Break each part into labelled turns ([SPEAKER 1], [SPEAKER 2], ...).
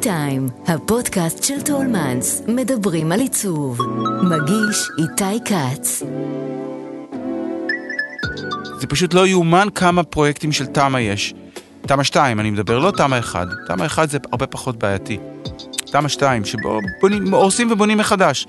[SPEAKER 1] טיים, הפודקאסט של טולמנס, מדברים על עיצוב. מגיש איתי קץ.
[SPEAKER 2] זה פשוט לא יאומן כמה פרויקטים של תמה יש. תמה 2, אני מדבר, לא תמה 1. תמה 1 זה הרבה פחות בעייתי. תמה 2, שבו הורסים ובונים מחדש.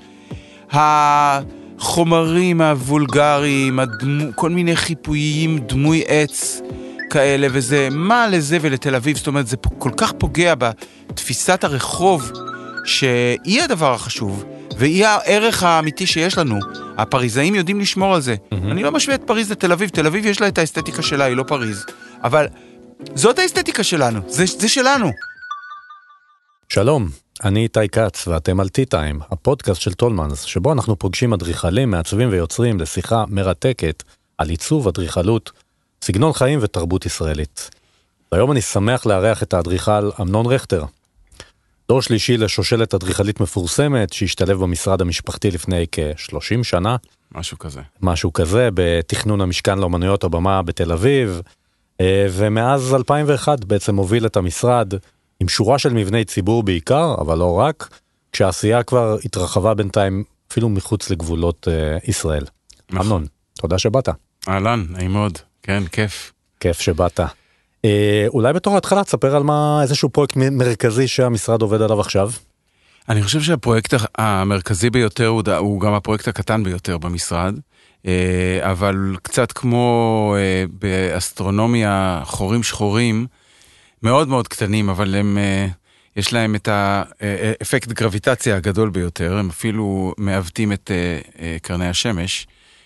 [SPEAKER 2] החומרים הוולגריים, כל מיני חיפויים, דמוי עץ כאלה, וזה מה לזה ולתל אביב, זאת אומרת, זה כל כך פוגע בתפיסת הרחוב, שהיא הדבר החשוב, והיא הערך האמיתי שיש לנו. הפריזאים יודעים לשמור על זה. אני לא משווה את פריז לתל אביב, תל אביב יש לה את האסתטיקה שלה, היא לא פריז. אבל זאת האסתטיקה שלנו, זה שלנו.
[SPEAKER 3] שלום, אני איתי קץ, ואתם על טי-טיים, הפודקאסט של טולמנס, שבו אנחנו פוגשים אדריכלים, מעצבים ויוצרים לשיחה מרתקת על עיצוב, אדריכלות, סגנון חיים ותרבות ישראלית. היום אני שמח לארח את האדריכל אמנון רכטר. דור שלישי לשושלת אדריכלית מפורסמת, שהשתלב במשרד המשפחתי לפני כ-30 שנה. משהו כזה, בתכנון המשכן לאומנויות הבמה בתל אביב, ומאז 2001 בעצם הוביל את המשרד עם שורה של מבני ציבור בעיקר, אבל לא רק, כשהעשייה כבר התרחבה בינתיים אפילו מחוץ לגבולות ישראל. אמנון, תודה שבאת.
[SPEAKER 2] אהלן, נעים מאוד. כן, כיף.
[SPEAKER 3] כיף שבאת. אולי בתור ההתחלה תספר על איזשהו פרויקט מרכזי שהמשרד עובד עליו עכשיו?
[SPEAKER 2] אני חושב שהפרויקט המרכזי ביותר הוא גם הפרויקט הקטן ביותר במשרד, אבל קצת כמו באסטרונומיה, חורים שחורים, מאוד מאוד קטנים, אבל יש להם את האפקט גרביטציה הגדול ביותר, הם אפילו מעוותים את קרני השמש.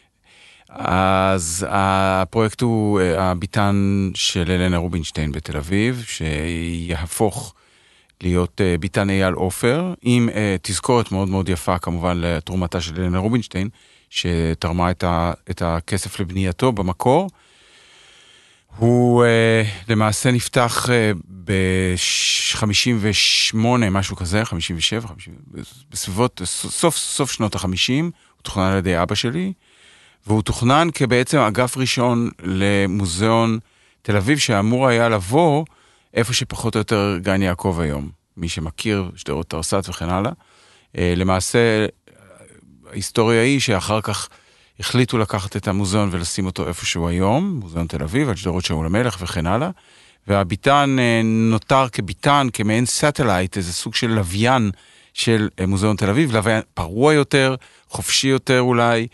[SPEAKER 2] אז הפרויקט הוא הביטן של אלנה רובינשטיין בתל אביב, שיהפוך להיות ביטן אייל עופר, עם תזכורת מאוד מאוד יפה כמובן לתרומתה של אלנה רובינשטיין, שתרמה את הכסף לבנייתו במקור. הוא למעשה נפתח ב-58, משהו כזה, 57, בסביבות סוף שנות ה-50, הוא תוכנן על ידי אבא שלי, והוא תוכנן כבעצם אגף ראשון למוזיאון תל אביב, שאמור היה לבוא איפה שפחות או יותר גן יעקב היום. מי שמכיר, שדרות תרסת וכן הלאה. למעשה, ההיסטוריה היא שאחר כך החליטו לקחת את המוזיאון ולשים אותו איפה שהוא היום, מוזיאון תל אביב, על שדרות שאול המלך וכן הלאה. והביטן נותר כביטן, כמעין סטלייט, איזה סוג של לוויין של מוזיאון תל אביב, לוויין פרוע יותר, חופשי יותר אולי,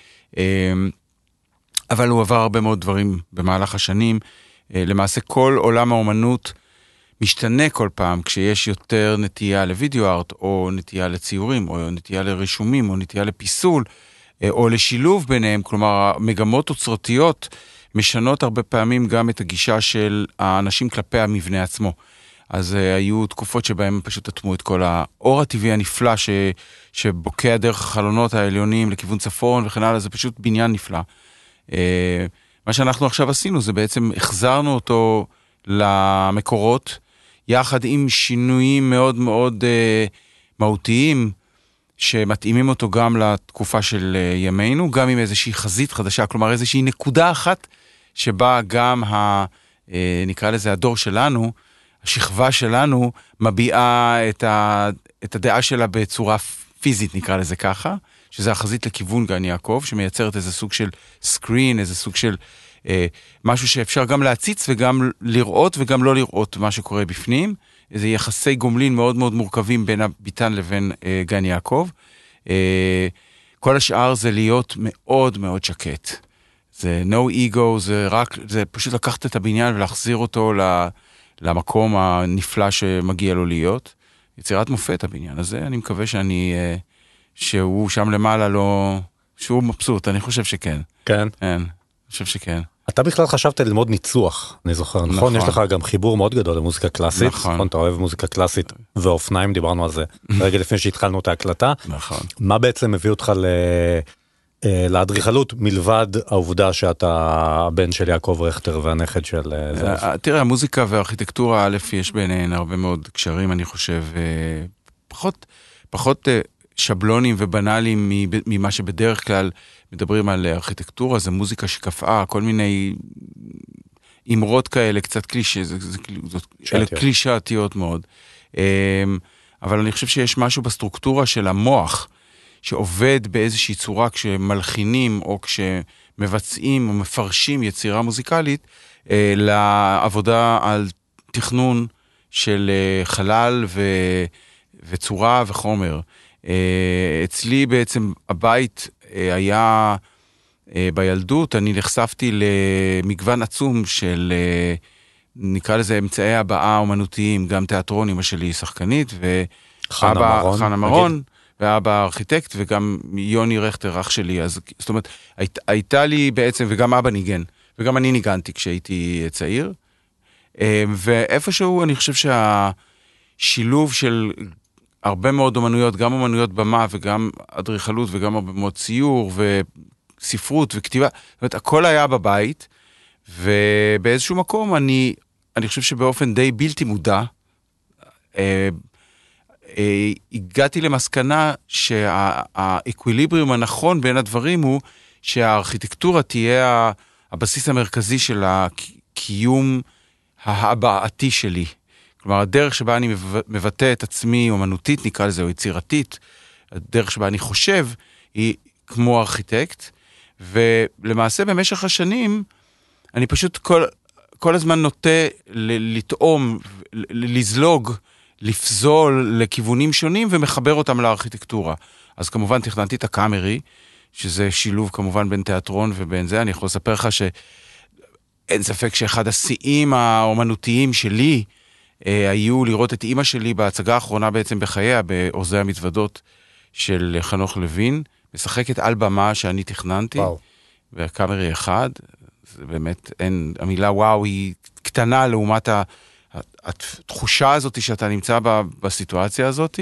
[SPEAKER 2] אבל הוא עבר הרבה מאוד דברים במהלך השנים. למעשה כל עולם האומנות משתנה כל פעם, כשיש יותר נטייה לוידאו ארט, או נטייה לציורים, או נטייה לרישומים, או נטייה לפיסול, או לשילוב ביניהם. כלומר, מגמות אוצרתיות משנות הרבה פעמים גם את הגישה של האנשים כלפי המבנה עצמו. אז היו תקופות שבהם פשוט אטמו את כל האור הטבעי הנפלא שבוקע דרך החלונות העליונים לכיוון צפון וכן הלאה, זה פשוט בניין נפלא. מה שאנחנו עכשיו עשינו זה בעצם החזרנו אותו למקורות, יחד עם שינויים מאוד מאוד מהותיים, שמתאימים אותו גם לתקופה של ימינו, גם עם איזושהי חזית חדשה, כלומר איזושהי נקודה אחת, שבה גם נקרא לזה הדור שלנו, השכבה שלנו מביעה את הדעה שלה בצורה פיזית, נקרא לזה ככה, שזה החזית לכיוון גן יעקב, שמייצרת איזה סוג של סקרין, איזה סוג של משהו שאפשר גם להציץ וגם לראות וגם לא לראות מה שקורה בפנים, איזה יחסי גומלין מאוד מאוד מורכבים בין הביטן לבין גן יעקב. כל השאר זה להיות מאוד מאוד שקט. זה no ego, זה פשוט לקחת את הבניין ולהחזיר אותו למקום הנפלא שמגיע לו להיות. יצירת מופת הבניין הזה, אני מקווה שהוא שם למעלה לא, שהוא מבסוט, אני חושב שכן.
[SPEAKER 3] כן?
[SPEAKER 2] כן, אני חושב שכן.
[SPEAKER 3] אתה בכלל חשבת ללמוד ניצוח, אני זוכר, נכון? יש לך גם חיבור מאוד גדול למוזיקה קלאסית, נכון? אתה אוהב מוזיקה קלאסית ואופניים, דיברנו על זה רגע לפני שהתחלנו את ההקלטה.
[SPEAKER 2] נכון.
[SPEAKER 3] מה בעצם מביא אותך לאדריכלות, מלבד העובדה שאתה הבן של יעקב רכטר והנכד של זאב?
[SPEAKER 2] תראה, המוזיקה והארכיטקטורה, א', יש ביניהן הרבה מאוד קשרים, אני חושב, פחות שבלונים ובנאליים ממה שבדרך כלל מדברים על ארכיטקטורה, זה מוזיקה שקפאה, כל מיני אמרות כאלה, קצת קלישה, אלה קלישאתיות מאוד. אבל אני חושב שיש משהו בסטרוקטורה של המוח, שעובד באיזושהי צורה כשמלחינים או כשמבצעים או מפרשים יצירה מוזיקלית, לעבודה על תכנון של חלל וצורה וחומר. אצלי בעצם הבית היה בילדות, אני נחשפתי למגוון עצום של, נקרא לזה אמצעי הבעה אומנותיים, גם תיאטרון, אמא שלי שחקנית, חנה מרון, ואבא ארכיטקט, וגם יוני רכטר, אח שלי. אז, זאת אומרת, הייתה לי בעצם, וגם אבא ניגן, וגם אני ניגנתי כשהייתי צעיר. ואיפשהו אני חושב שהשילוב של הרבה מאוד אומנויות, גם אומנויות במה וגם אדריכלות וגם הרבה מאוד ציור וספרות וכתיבה, זאת אומרת, הכל היה בבית, ובאיזשהו מקום אני חושב שבאופן די בלתי מודע, הגעתי למסקנה שהאקוויליבריום הנכון בין הדברים הוא שהארכיטקטורה תהיה הבסיס המרכזי של הקיום ההבעתי שלי. כלומר, הדרך שבה אני מבטא את עצמי אומנותית, נקרא לזה, או יצירתית, הדרך שבה אני חושב, היא כמו ארכיטקט, ולמעשה במשך השנים, אני פשוט כל הזמן נוטה לטעום, לזלוג, לפזול לכיוונים שונים, ומחבר אותם לארכיטקטורה. אז כמובן תכננתי את הקאמרי, שזה שילוב כמובן בין תיאטרון ובין זה. אני יכול לספר לך שאין ספק שאחד השיאים האומנותיים שלי, היו לראות את אמא שלי בהצגה האחרונה בעצם בחייה, באורזי המתוודות של חנוך לוין, משחקת על במה שאני תכננתי, והקאמרי אחד, זה באמת, המילה וואו היא קטנה לעומת התחושה הזאת שאתה נמצא בסיטואציה הזאת,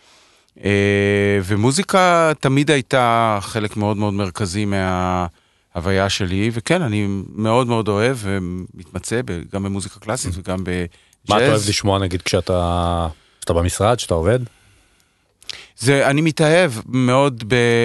[SPEAKER 2] ומוזיקה תמיד הייתה חלק מאוד מאוד מרכזי מההוויה שלי, וכן, אני מאוד מאוד אוהב ומתמצא גם במוזיקה קלאסית וגם בג'אז.
[SPEAKER 3] מה אתה אוהב לשמוע נגיד כשאתה במשרד, שאתה עובד?
[SPEAKER 2] אני מתאהב מאוד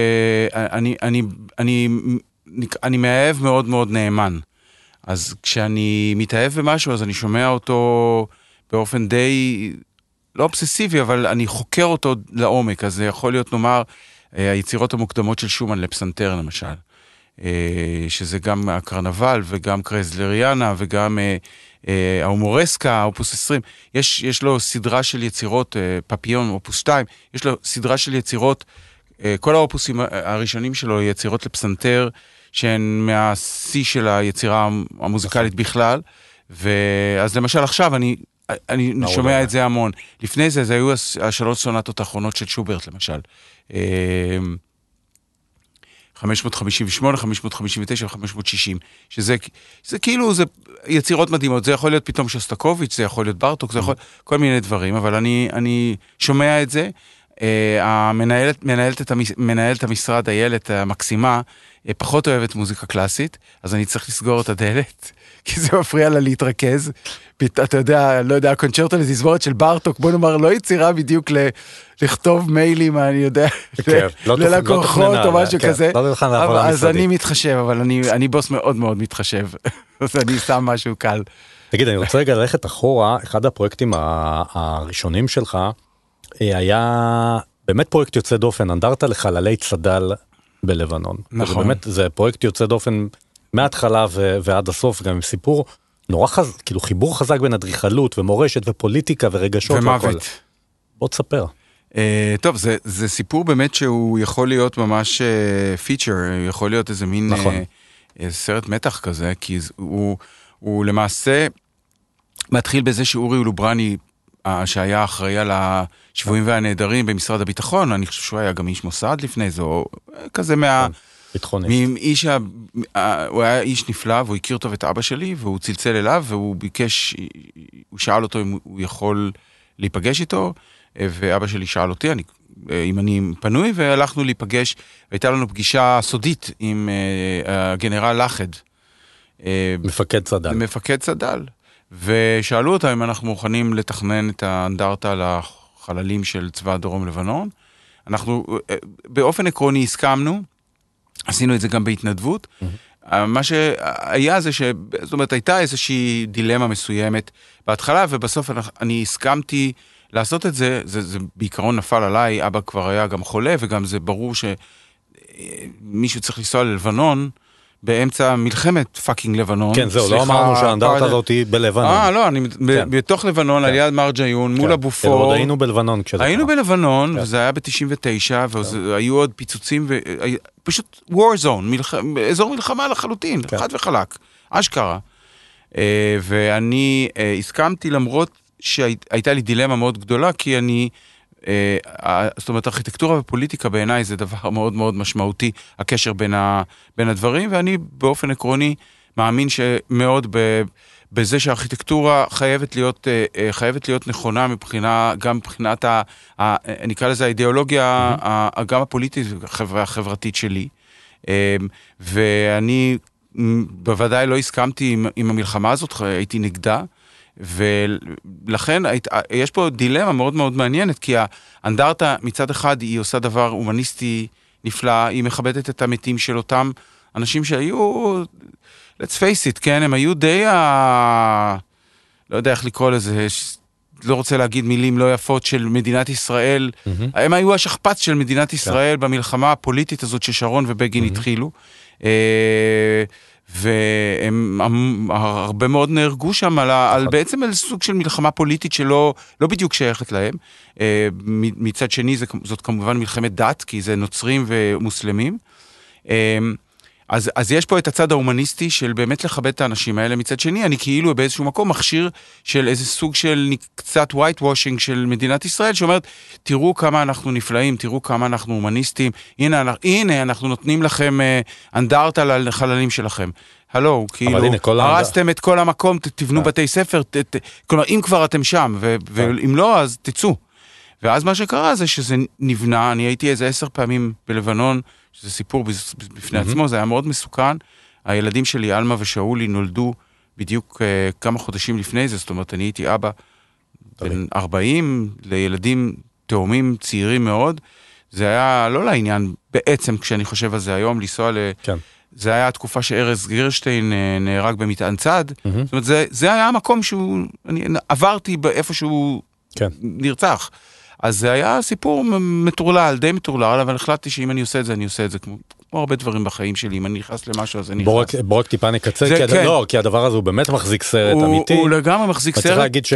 [SPEAKER 2] אני מאהב מאוד מאוד נאמן. אז כשאני מתאהב במשהו, אז אני שומע אותו באופן די, לא אובססיבי, אבל אני חוקר אותו לעומק. אז זה יכול להיות, נאמר, היצירות המוקדמות של שומן לפסנתר, למשל. שזה גם הקרנבל, וגם קרזלריאנה, וגם ההומורסקה, אופוס 20. יש לו סדרה של יצירות, פפיון, אופוס 2, יש לו סדרה של יצירות, כל האופוסים הראשונים שלו, יצירות לפסנתר, שהן מהשיא של היצירה המוזיקלית בכלל, ואז למשל עכשיו אני שומע את זה המון. לפני זה היו השלוש סונטות האחרונות של שוברט, למשל. 558, 559 ו-560, שזה כאילו, זה יצירות מדהימות, זה יכול להיות פתאום שוסטקוביץ', זה יכול להיות ברטוק, זה יכול, כל מיני דברים, אבל אני שומע את זה, מנהלת המשרד, איילת המקסימה, פחות אוהבת מוזיקה קלאסית, אז אני צריך לסגור את הדלת, כי זה מפריע לה להתרכז. אתה יודע, לא יודע, הקונצ'רטו לתזמורת של ברטוק, בוא נאמר, לא יצירה בדיוק לכתוב מיילים, אני יודע, ללקוחות או משהו כזה. אז אני מתחשב, אבל אני בוס מאוד מאוד מתחשב, אז אני שם משהו קל.
[SPEAKER 3] תגיד, אני רוצה רגע ללכת אחורה, אחד הפרויקטים הראשונים שלך, היה באמת פרויקט יוצא דופן, אנדרטה לחללי צד"ל בלבנון. נכון. באמת, זה פרויקט יוצא דופן מההתחלה ועד הסוף, גם עם סיפור נורא כאילו חיבור חזק בין אדריכלות ומורשת ופוליטיקה ורגשות.
[SPEAKER 2] ומוות.
[SPEAKER 3] בוא תספר.
[SPEAKER 2] טוב, זה סיפור באמת שהוא יכול להיות ממש פיצ'ר, יכול להיות איזה מין סרט מתח כזה, כי הוא למעשה מתחיל בזה שאורי אולוברני, שהיה אחראי על השבויים והנעדרים במשרד הביטחון, אני חושב שהוא היה גם איש מוסד לפני זה, או כזה מאיש, הוא היה איש נפלא, והוא הכיר טוב את אבא שלי, והוא צלצל אליו, והוא ביקש, הוא שאל אותו אם הוא יכול להיפגש איתו, ואבא שלי שאל אותי, אם אני פנוי, והלכנו להיפגש, והייתה לנו פגישה סודית עם הגנרל לחד.
[SPEAKER 3] מפקד צד"ל.
[SPEAKER 2] מפקד צד"ל. ושאלו אותה אם אנחנו מוכנים לתכנן את האנדרטה לחללים של צבא דרום לבנון. אנחנו באופן עקרוני הסכמנו, עשינו את זה גם בהתנדבות. מה שהיה זה זאת אומרת, הייתה איזושהי דילמה מסוימת בהתחלה, ובסוף אני הסכמתי לעשות את זה, זה בעיקרון נפל עליי, אבא כבר היה גם חולה, וגם זה ברור שמישהו צריך לנסוע ללבנון, באמצע מלחמת פאקינג לבנון.
[SPEAKER 3] כן, זהו, לא אמרנו שהאנדרטה הזאת היא בלבנון.
[SPEAKER 2] לא, בתוך לבנון, על יד מרג'יון, מול הבופור.
[SPEAKER 3] עוד היינו בלבנון כשזה קרה.
[SPEAKER 2] היינו בלבנון, וזה היה ב-99, והיו עוד פיצוצים, פשוט war zone, אזור מלחמה לחלוטין, חד וחלק, אשכרה. ואני הסכמתי למרות שהייתה לי דילמה מאוד גדולה, כי אני, זאת אומרת, ארכיטקטורה ופוליטיקה בעיניי זה דבר מאוד מאוד משמעותי, הקשר בין הדברים, ואני באופן עקרוני מאמין שמאוד בזה שהארכיטקטורה חייבת להיות נכונה גם מבחינת, נקרא לזה האידיאולוגיה, גם הפוליטית והחברתית שלי. ואני בוודאי לא הסכמתי עם המלחמה הזאת, הייתי נגדה, ולכן יש פה דילמה מאוד מאוד מעניינת, כי האנדרטה מצד אחד היא עושה דבר הומניסטי נפלא, היא מכבדת את המתים של אותם אנשים שהיו, let's face it, כן, הם היו די, לא יודע איך לקרוא לזה, לא רוצה להגיד מילים לא יפות של מדינת ישראל, הם היו השכפ"ץ של מדינת ישראל במלחמה הפוליטית הזאת ששרון ובגין התחילו, והם הרבה מאוד נהרגו שם בעצם על סוג של מלחמה פוליטית שלא בדיוק שייכת להם. מצד שני זאת כמובן מלחמת דת, כי זה נוצרים ומוסלמים. אז יש פה את הצד ההומניסטי של באמת לכבד את האנשים האלה. מצד שני, אני כאילו באיזשהו מקום מכשיר של איזה סוג של קצת white washing של מדינת ישראל, שאומרת, תראו כמה אנחנו נפלאים, תראו כמה אנחנו הומניסטים, הנה אנחנו נותנים לכם אנדרטה לחללים שלכם. הלו, כאילו, הרסתם את כל המקום, תבנו בתי ספר, כלומר, אם כבר אתם שם, ואם לא, אז תצאו. ואז מה שקרה זה שזה נבנה, אני הייתי איזה 10 פעמים בלבנון, שזה סיפור בפני עצמו, זה היה מאוד מסוכן. הילדים שלי, אלמה ושאולי, נולדו בדיוק כמה חודשים לפני זה, זאת אומרת, אני הייתי אבא בן 40, לילדים תאומים צעירים מאוד. זה היה לא לעניין, בעצם כשאני חושב על זה היום, לנסוע זה היה התקופה שארז גרשטיין נהרג במטען צד. זאת אומרת, זה היה המקום אני עברתי באיפה שהוא נרצח. אז זה היה סיפור מטורלל, די מטורלל, אבל החלטתי שאם אני עושה את זה, אני עושה את זה כמו הרבה דברים בחיים שלי. אם אני נכנס למשהו, אז אני נכנס.
[SPEAKER 3] בוא רק טיפה נקצר, כי הדבר הזה הוא באמת מחזיק סרט אמיתי.
[SPEAKER 2] הוא לגמרי מחזיק סרט.
[SPEAKER 3] וצריך להגיד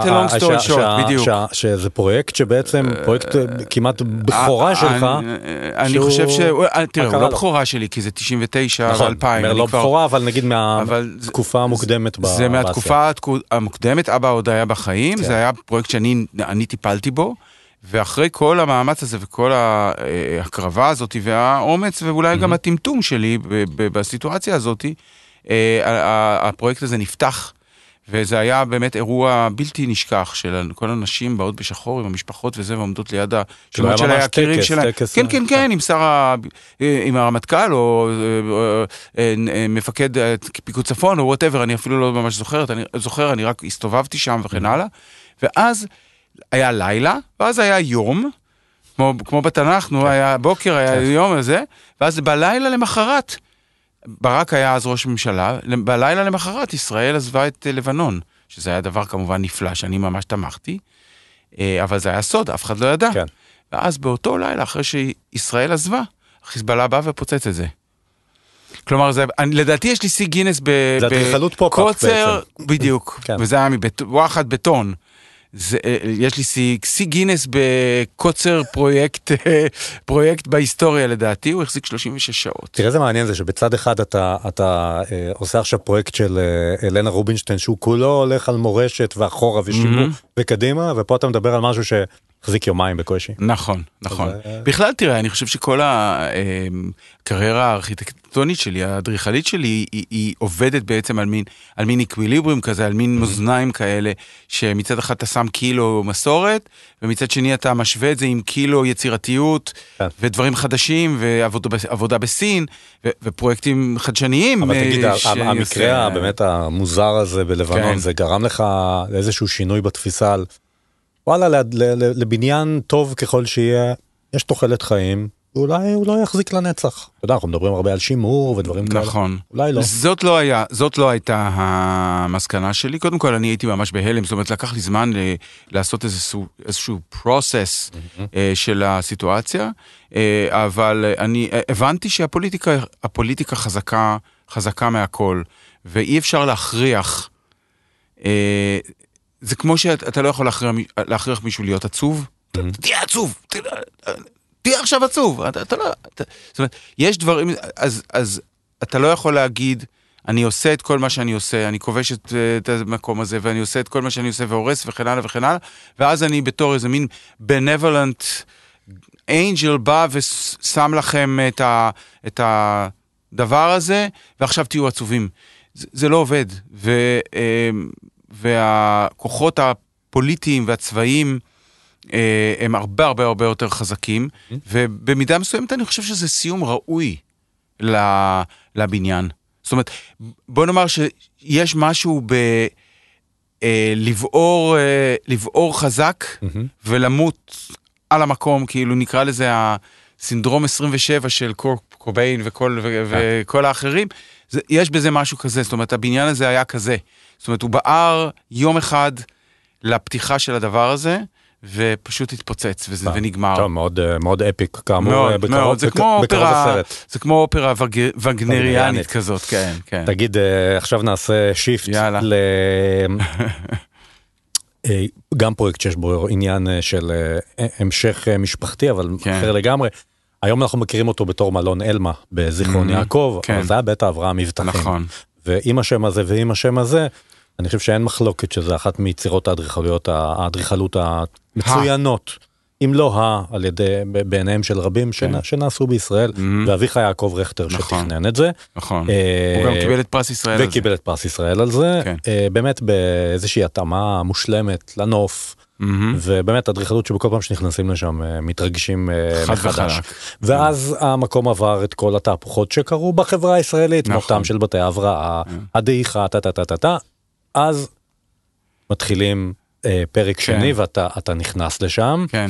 [SPEAKER 3] שזה פרויקט שבעצם, פרויקט כמעט בכורה שלך.
[SPEAKER 2] אני חושב תראה, הוא לא בכורה שלי, כי זה 99 ו-2000.
[SPEAKER 3] לא בכורה, אבל נגיד מהתקופה המוקדמת.
[SPEAKER 2] זה מהתקופה המוקדמת, אבא עוד היה בחיים, זה היה פרויקט שאני טיפלתי בו. ואחרי כל המאמץ הזה וכל ההקרבה הזאת והאומץ ואולי גם הטמטום שלי בסיטואציה הזאת, הפרויקט הזה נפתח, וזה היה באמת אירוע בלתי נשכח של כל הנשים באות בשחור עם המשפחות וזה, ועומדות ליד השמות של היקירים שלהם. כן, עם הרמטכ"ל או מפקד פיקוד צפון או whatever, אני אפילו לא ממש זוכר, אני רק הסתובבתי שם וכן הלאה, ואז היה לילה, ואז היה יום, כמו בתנ"ך, היה בוקר, היה יום הזה, ואז בלילה למחרת, ברק היה אז ראש ממשלה, בלילה למחרת ישראל עזבה את לבנון, שזה היה דבר כמובן נפלא, שאני ממש תמכתי, אבל זה היה סוד, אף אחד לא ידע. כן. ואז באותו לילה, אחרי שישראל עזבה, חיזבאללה בא ופוצץ את זה. כלומר, לדעתי יש לי סי גינס בקוצר, בדיוק, וזה היה וואחד בטון. יש לי סי גינס בקוצר פרויקט בהיסטוריה לדעתי, הוא החזיק 36 שעות.
[SPEAKER 3] תראה איזה מעניין זה שבצד אחד אתה עושה עכשיו פרויקט של אלנה רובינשטיין, שהוא כולו הולך על מורשת ואחורה ושימור וקדימה, ופה אתה מדבר על משהו שהחזיק יומיים בקושי.
[SPEAKER 2] נכון. בכלל תראה, אני חושב שכל הקריירה הארכיטקטונית שלי, האדריכלית שלי, היא עובדת בעצם על מין אקוויליבריום כזה, על מין מאזניים כאלה, שמצד אחד אתה שם קילו מסורת, ומצד שני אתה משווה את זה עם קילו יצירתיות, ודברים חדשים, ועבודה בסין, ופרויקטים חדשניים.
[SPEAKER 3] אבל תגיד, המקרה באמת המוזר הזה בלבנון, זה גרם לך לאיזשהו שינוי בתפיסה על, וואלה, לבניין טוב ככל שיהיה, יש תוחלת חיים, אולי הוא לא יחזיק לנצח. אתה יודע, אנחנו מדברים הרבה על שימור ודברים כאלה.
[SPEAKER 2] נכון.
[SPEAKER 3] אולי לא.
[SPEAKER 2] זאת לא הייתה המסקנה שלי. קודם כל, אני הייתי ממש בהלם, זאת אומרת, לקח לי זמן לעשות איזשהו process של הסיטואציה, אבל אני הבנתי שהפוליטיקה חזקה מהכל, ואי אפשר להכריח. זה כמו שאתה לא יכול להכריח מישהו להיות עצוב. תהיה עצוב, תהיה עכשיו עצוב. זאת אומרת, יש דברים, אז אתה לא יכול להגיד, אני עושה את כל מה שאני עושה, אני כובש את המקום הזה, ואני עושה את כל מה שאני עושה, והורס וכן הלאה וכן הלאה, ואז אני בתור איזה מין benevolent angel בא ושם לכם את הדבר הזה, ועכשיו תהיו עצובים. זה לא עובד. והכוחות הפוליטיים והצבאיים הם הרבה הרבה הרבה יותר חזקים, ובמידה מסוימת אני חושב שזה סיום ראוי לבניין. זאת אומרת, בוא נאמר שיש משהו לבעור חזק ולמות על המקום, כאילו נקרא לזה הסינדרום 27 של קוביין וכל האחרים, יש בזה משהו כזה, זאת אומרת, הבניין הזה היה כזה. זאת אומרת, הוא בער יום אחד לפתיחה של הדבר הזה, ופשוט התפוצץ, ונגמר.
[SPEAKER 3] טוב, מאוד אפיק, כאמור, בקרוב הסרט.
[SPEAKER 2] זה כמו אופרה וגנריאנית כזאת, כן, כן.
[SPEAKER 3] תגיד, עכשיו נעשה שיפט גם פרויקט שיש בו עניין של המשך משפחתי, אבל אחר לגמרי. היום אנחנו מכירים אותו בתור מלון אלמה, בזיכרון יעקב, אבל זה היה בית ההבראה מבטחים. נכון. ועם השם הזה ועם השם הזה, אני חושב שאין מחלוקת שזה אחת מיצירות האדריכלות המצוינות, אם לא על ידי בעיניהם של רבים שנעשו בישראל, ואביך יעקב רכטר שתכנן את זה.
[SPEAKER 2] נכון, הוא גם קיבל את פרס ישראל על זה.
[SPEAKER 3] וקיבל את פרס ישראל על זה, באמת באיזושהי התאמה מושלמת לנוף, ובאמת אדריכלות שבכל פעם שנכנסים לשם מתרגשים מחדש. ואז המקום עבר את כל התהפוכות שקרו בחברה הישראלית, מותם של בתי ההבראה, הדעיכה, אז מתחילים פרק שני, ואתה נכנס לשם.
[SPEAKER 2] כן.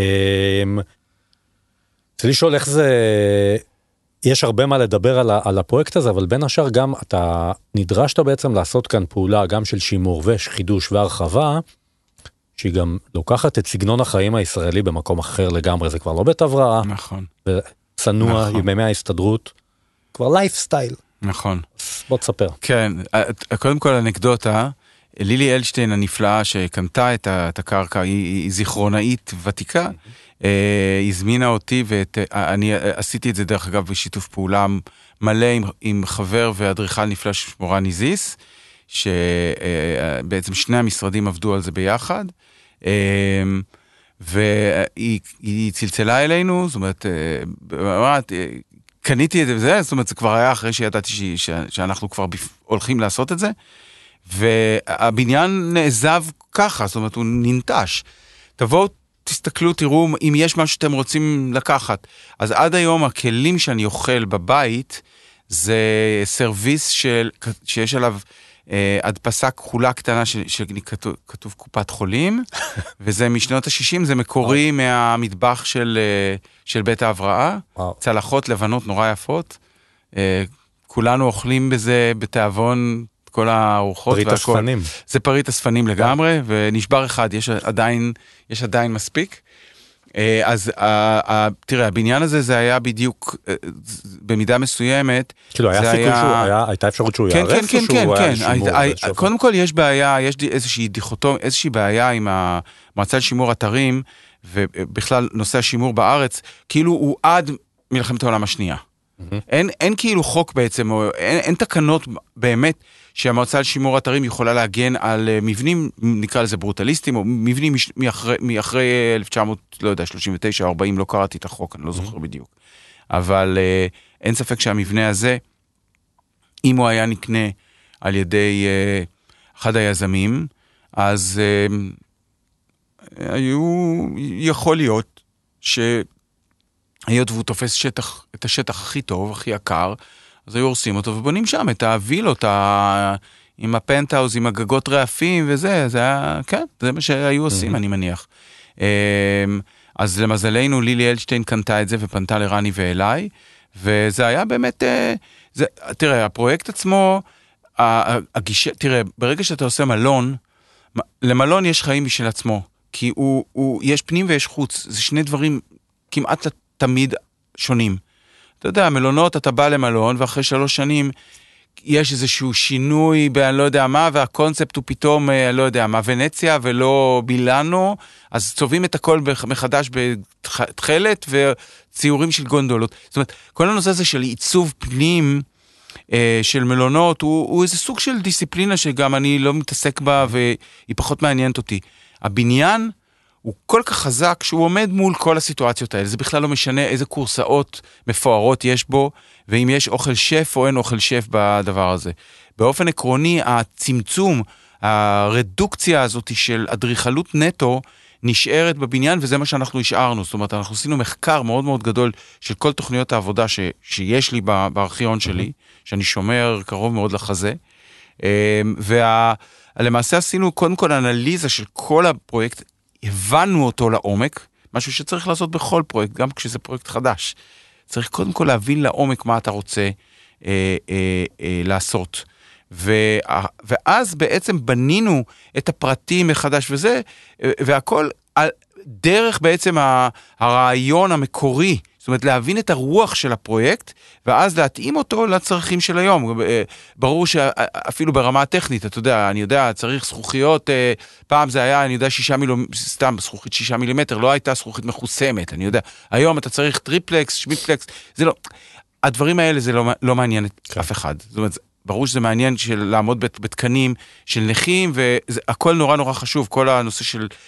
[SPEAKER 3] צריך לשאול איך זה, יש הרבה מה לדבר על הפרויקט הזה, אבל בין השאר גם אתה נדרשת בעצם לעשות כאן פעולה, גם של שימור וחידוש והרחבה, שהיא גם לוקחת את סגנון החיים הישראלי במקום אחר לגמרי, זה כבר לא בית הבראה.
[SPEAKER 2] נכון.
[SPEAKER 3] וצנוע, ימי ההסתדרות, כבר לייפסטייל.
[SPEAKER 2] נכון.
[SPEAKER 3] בוא תספר.
[SPEAKER 2] כן, קודם כל אנקדוטה, לילי אלשטיין הנפלאה שקנתה את הקרקע, היא זיכרונאית ותיקה, הזמינה אותי, ואני עשיתי את זה דרך אגב בשיתוף פעולה מלא עם חבר ואדריכל נפלא ששמורה ניזיס, שבעצם שני המשרדים עבדו על זה ביחד, והיא צלצלה אלינו, זאת אומרת, קניתי את זה, זאת אומרת, זה כבר היה אחרי שידעתי שאנחנו כבר הולכים לעשות את זה, והבניין נעזב ככה, זאת אומרת, הוא ננטש. תבואו, תסתכלו, תראו אם יש משהו שאתם רוצים לקחת. אז עד היום הכלים שאני אוכל בבית, זה סרוויס שיש עליו הדפסה כחולה קטנה שכתוב קופת חולים, וזה משנות ה-60, זה מקורי מהמטבח של בית ההבראה, צלחות לבנות נורא יפות, כולנו אוכלים בזה בתיאבון כל הארוחות.
[SPEAKER 3] פריט הספנים.
[SPEAKER 2] זה פריט הספנים לגמרי, ונשבר אחד, יש עדיין מספיק. אז תראה, הבניין הזה זה היה בדיוק במידה מסוימת.
[SPEAKER 3] כאילו היה סיכוי הייתה אפשרות שהוא יערף?
[SPEAKER 2] כן, כן, כן. קודם כל יש בעיה, יש איזושהי בעיה עם המועצה לשימור אתרים, ובכלל נושא השימור בארץ, כאילו הוא עד מלחמת העולם השנייה. אין כאילו חוק בעצם, אין תקנות באמת שהמועצה לשימור אתרים יכולה להגן על מבנים, נקרא לזה ברוטליסטים, או מבנים מאחרי 1939 או 40, לא קראתי את החוק, אני לא זוכר בדיוק. אבל אין ספק שהמבנה הזה, אם הוא היה נקנה על ידי אחד היזמים, אז יכול להיות היות והוא תופס את השטח הכי טוב, הכי יקר, אז היו הורסים אותו ובונים שם את הווילות, עם הפנטהאוז, עם הגגות רעפים וזה, זה היה, כן, זה מה שהיו עושים, אני מניח. אז למזלנו לילי אלשטיין קנתה את זה ופנתה לרני ואליי, וזה היה באמת, תראה, הפרויקט עצמו, תראה, ברגע שאתה עושה מלון, למלון יש חיים בשביל עצמו, כי יש פנים ויש חוץ, זה שני דברים כמעט תמיד שונים. אתה יודע, מלונות, אתה בא למלון, ואחרי 3 שנים, יש איזשהו שינוי אני לא יודע מה, והקונספט הוא פתאום, לא יודע מה, ונציה ולא בילנו, אז צובעים את הכל מחדש בתחלת, וציורים של גונדולות. זאת אומרת, כל הנושא הזה של עיצוב פנים, של מלונות, הוא איזה סוג של דיסציפלינה שגם אני לא מתעסק בה, והיא פחות מעניינת אותי. הבניין הוא כל כך חזק שהוא עומד מול כל הסיטואציות האלה. זה בכלל לא משנה איזה קורסאות מפוארות יש בו, ואם יש אוכל שף או אין אוכל שף בדבר הזה. באופן עקרוני, הצמצום, הרדוקציה הזאת של אדריכלות נטו, נשארת בבניין, וזה מה שאנחנו השארנו. זאת אומרת, אנחנו עשינו מחקר מאוד מאוד גדול של כל תוכניות העבודה שיש לי בארכיון שלי, שאני שומר קרוב מאוד לחזה, ולמעשה עשינו קודם כל אנליזה של כל הפרויקט, הבנו אותו לעומק, משהו שצריך לעשות בכל פרויקט, גם כשזה פרויקט חדש. צריך קודם כל להבין לעומק מה אתה רוצה לעשות. ואז בעצם בנינו את הפרטים מחדש וזה, והכל דרך בעצם הרעיון המקורי, זאת אומרת להבין את הרוח של הפרויקט, ואז להתאים אותו לצרכים של היום. ברור שאפילו ברמה הטכנית, אתה יודע, אני יודע, צריך זכוכיות, פעם זה היה, אני יודע, 6 מילימטר, סתם זכוכית 6 מילימטר, לא הייתה זכוכית מחוסמת, אני יודע. היום אתה צריך טריפלקס, שמיפלקס, זה לא, הדברים האלה זה לא מעניין את אף אחד. זאת אומרת, ברור שזה מעניין של לעמוד בתקנים של נכים, והכל נורא נורא חשוב, כל הנושא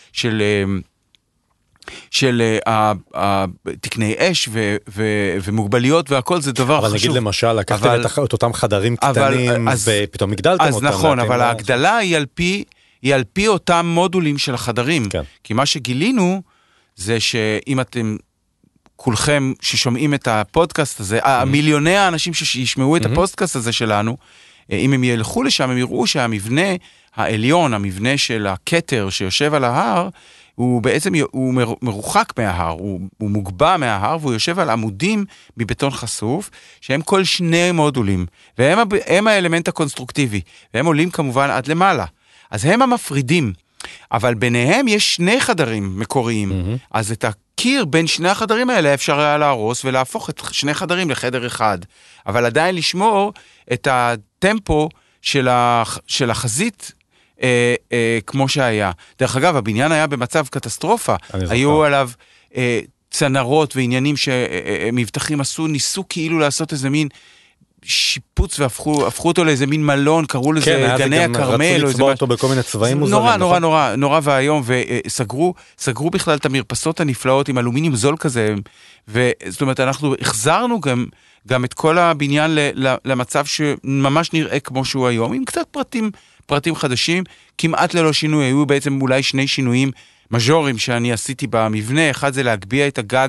[SPEAKER 2] של תקני אש ומוגבליות והכל זה דבר חשוב.
[SPEAKER 3] אבל נגיד למשל, לקחתם את אותם חדרים קטנים ופתאום הגדלתם אותם.
[SPEAKER 2] אז נכון, אבל ההגדלה היא על פי אותם מודולים של החדרים. כי מה שגילינו זה שאם אתם כולכם ששומעים את הפודקאסט הזה, מיליוני האנשים שישמעו את הפודקאסט הזה שלנו, אם הם ילכו לשם, הם יראו שהמבנה העליון, המבנה של הכתר שיושב על ההר, הוא בעצם, הוא מרוחק מההר, הוא מוגבע מההר, והוא יושב על עמודים מבטון חשוף, שהם כל 2 מודולים, והם האלמנט הקונסטרוקטיבי, והם עולים כמובן עד למעלה. אז הם המפרידים, אבל ביניהם יש 2 חדרים מקוריים, אז את הקיר בין 2 החדרים האלה אפשר היה להרוס, ולהפוך את 2 חדרים לחדר אחד, אבל עדיין לשמור את הטמפו של החזית, כמו שהיה. דרך אגב, הבניין היה במצב קטסטרופה. היו עליו צנרות ועניינים שמבטחים ניסו כאילו לעשות איזה מין שיפוץ והפכו אותו לאיזה מין מלון, קראו לזה גני הכרמל.
[SPEAKER 3] רצו לצבוע אותו בכל מיני צבעים מוזרים.
[SPEAKER 2] נורא והיום, וסגרו בכלל את המרפסות הנפלאות עם אלומיניום זול כזה, זאת אומרת, אנחנו החזרנו גם את כל הבניין למצב שממש נראה כמו שהוא היום, עם קצת פרטים חדשים, כמעט ללא שינוי, היו בעצם אולי 2 שינויים מז'וריים שאני עשיתי במבנה, אחד זה להגביע את הגג,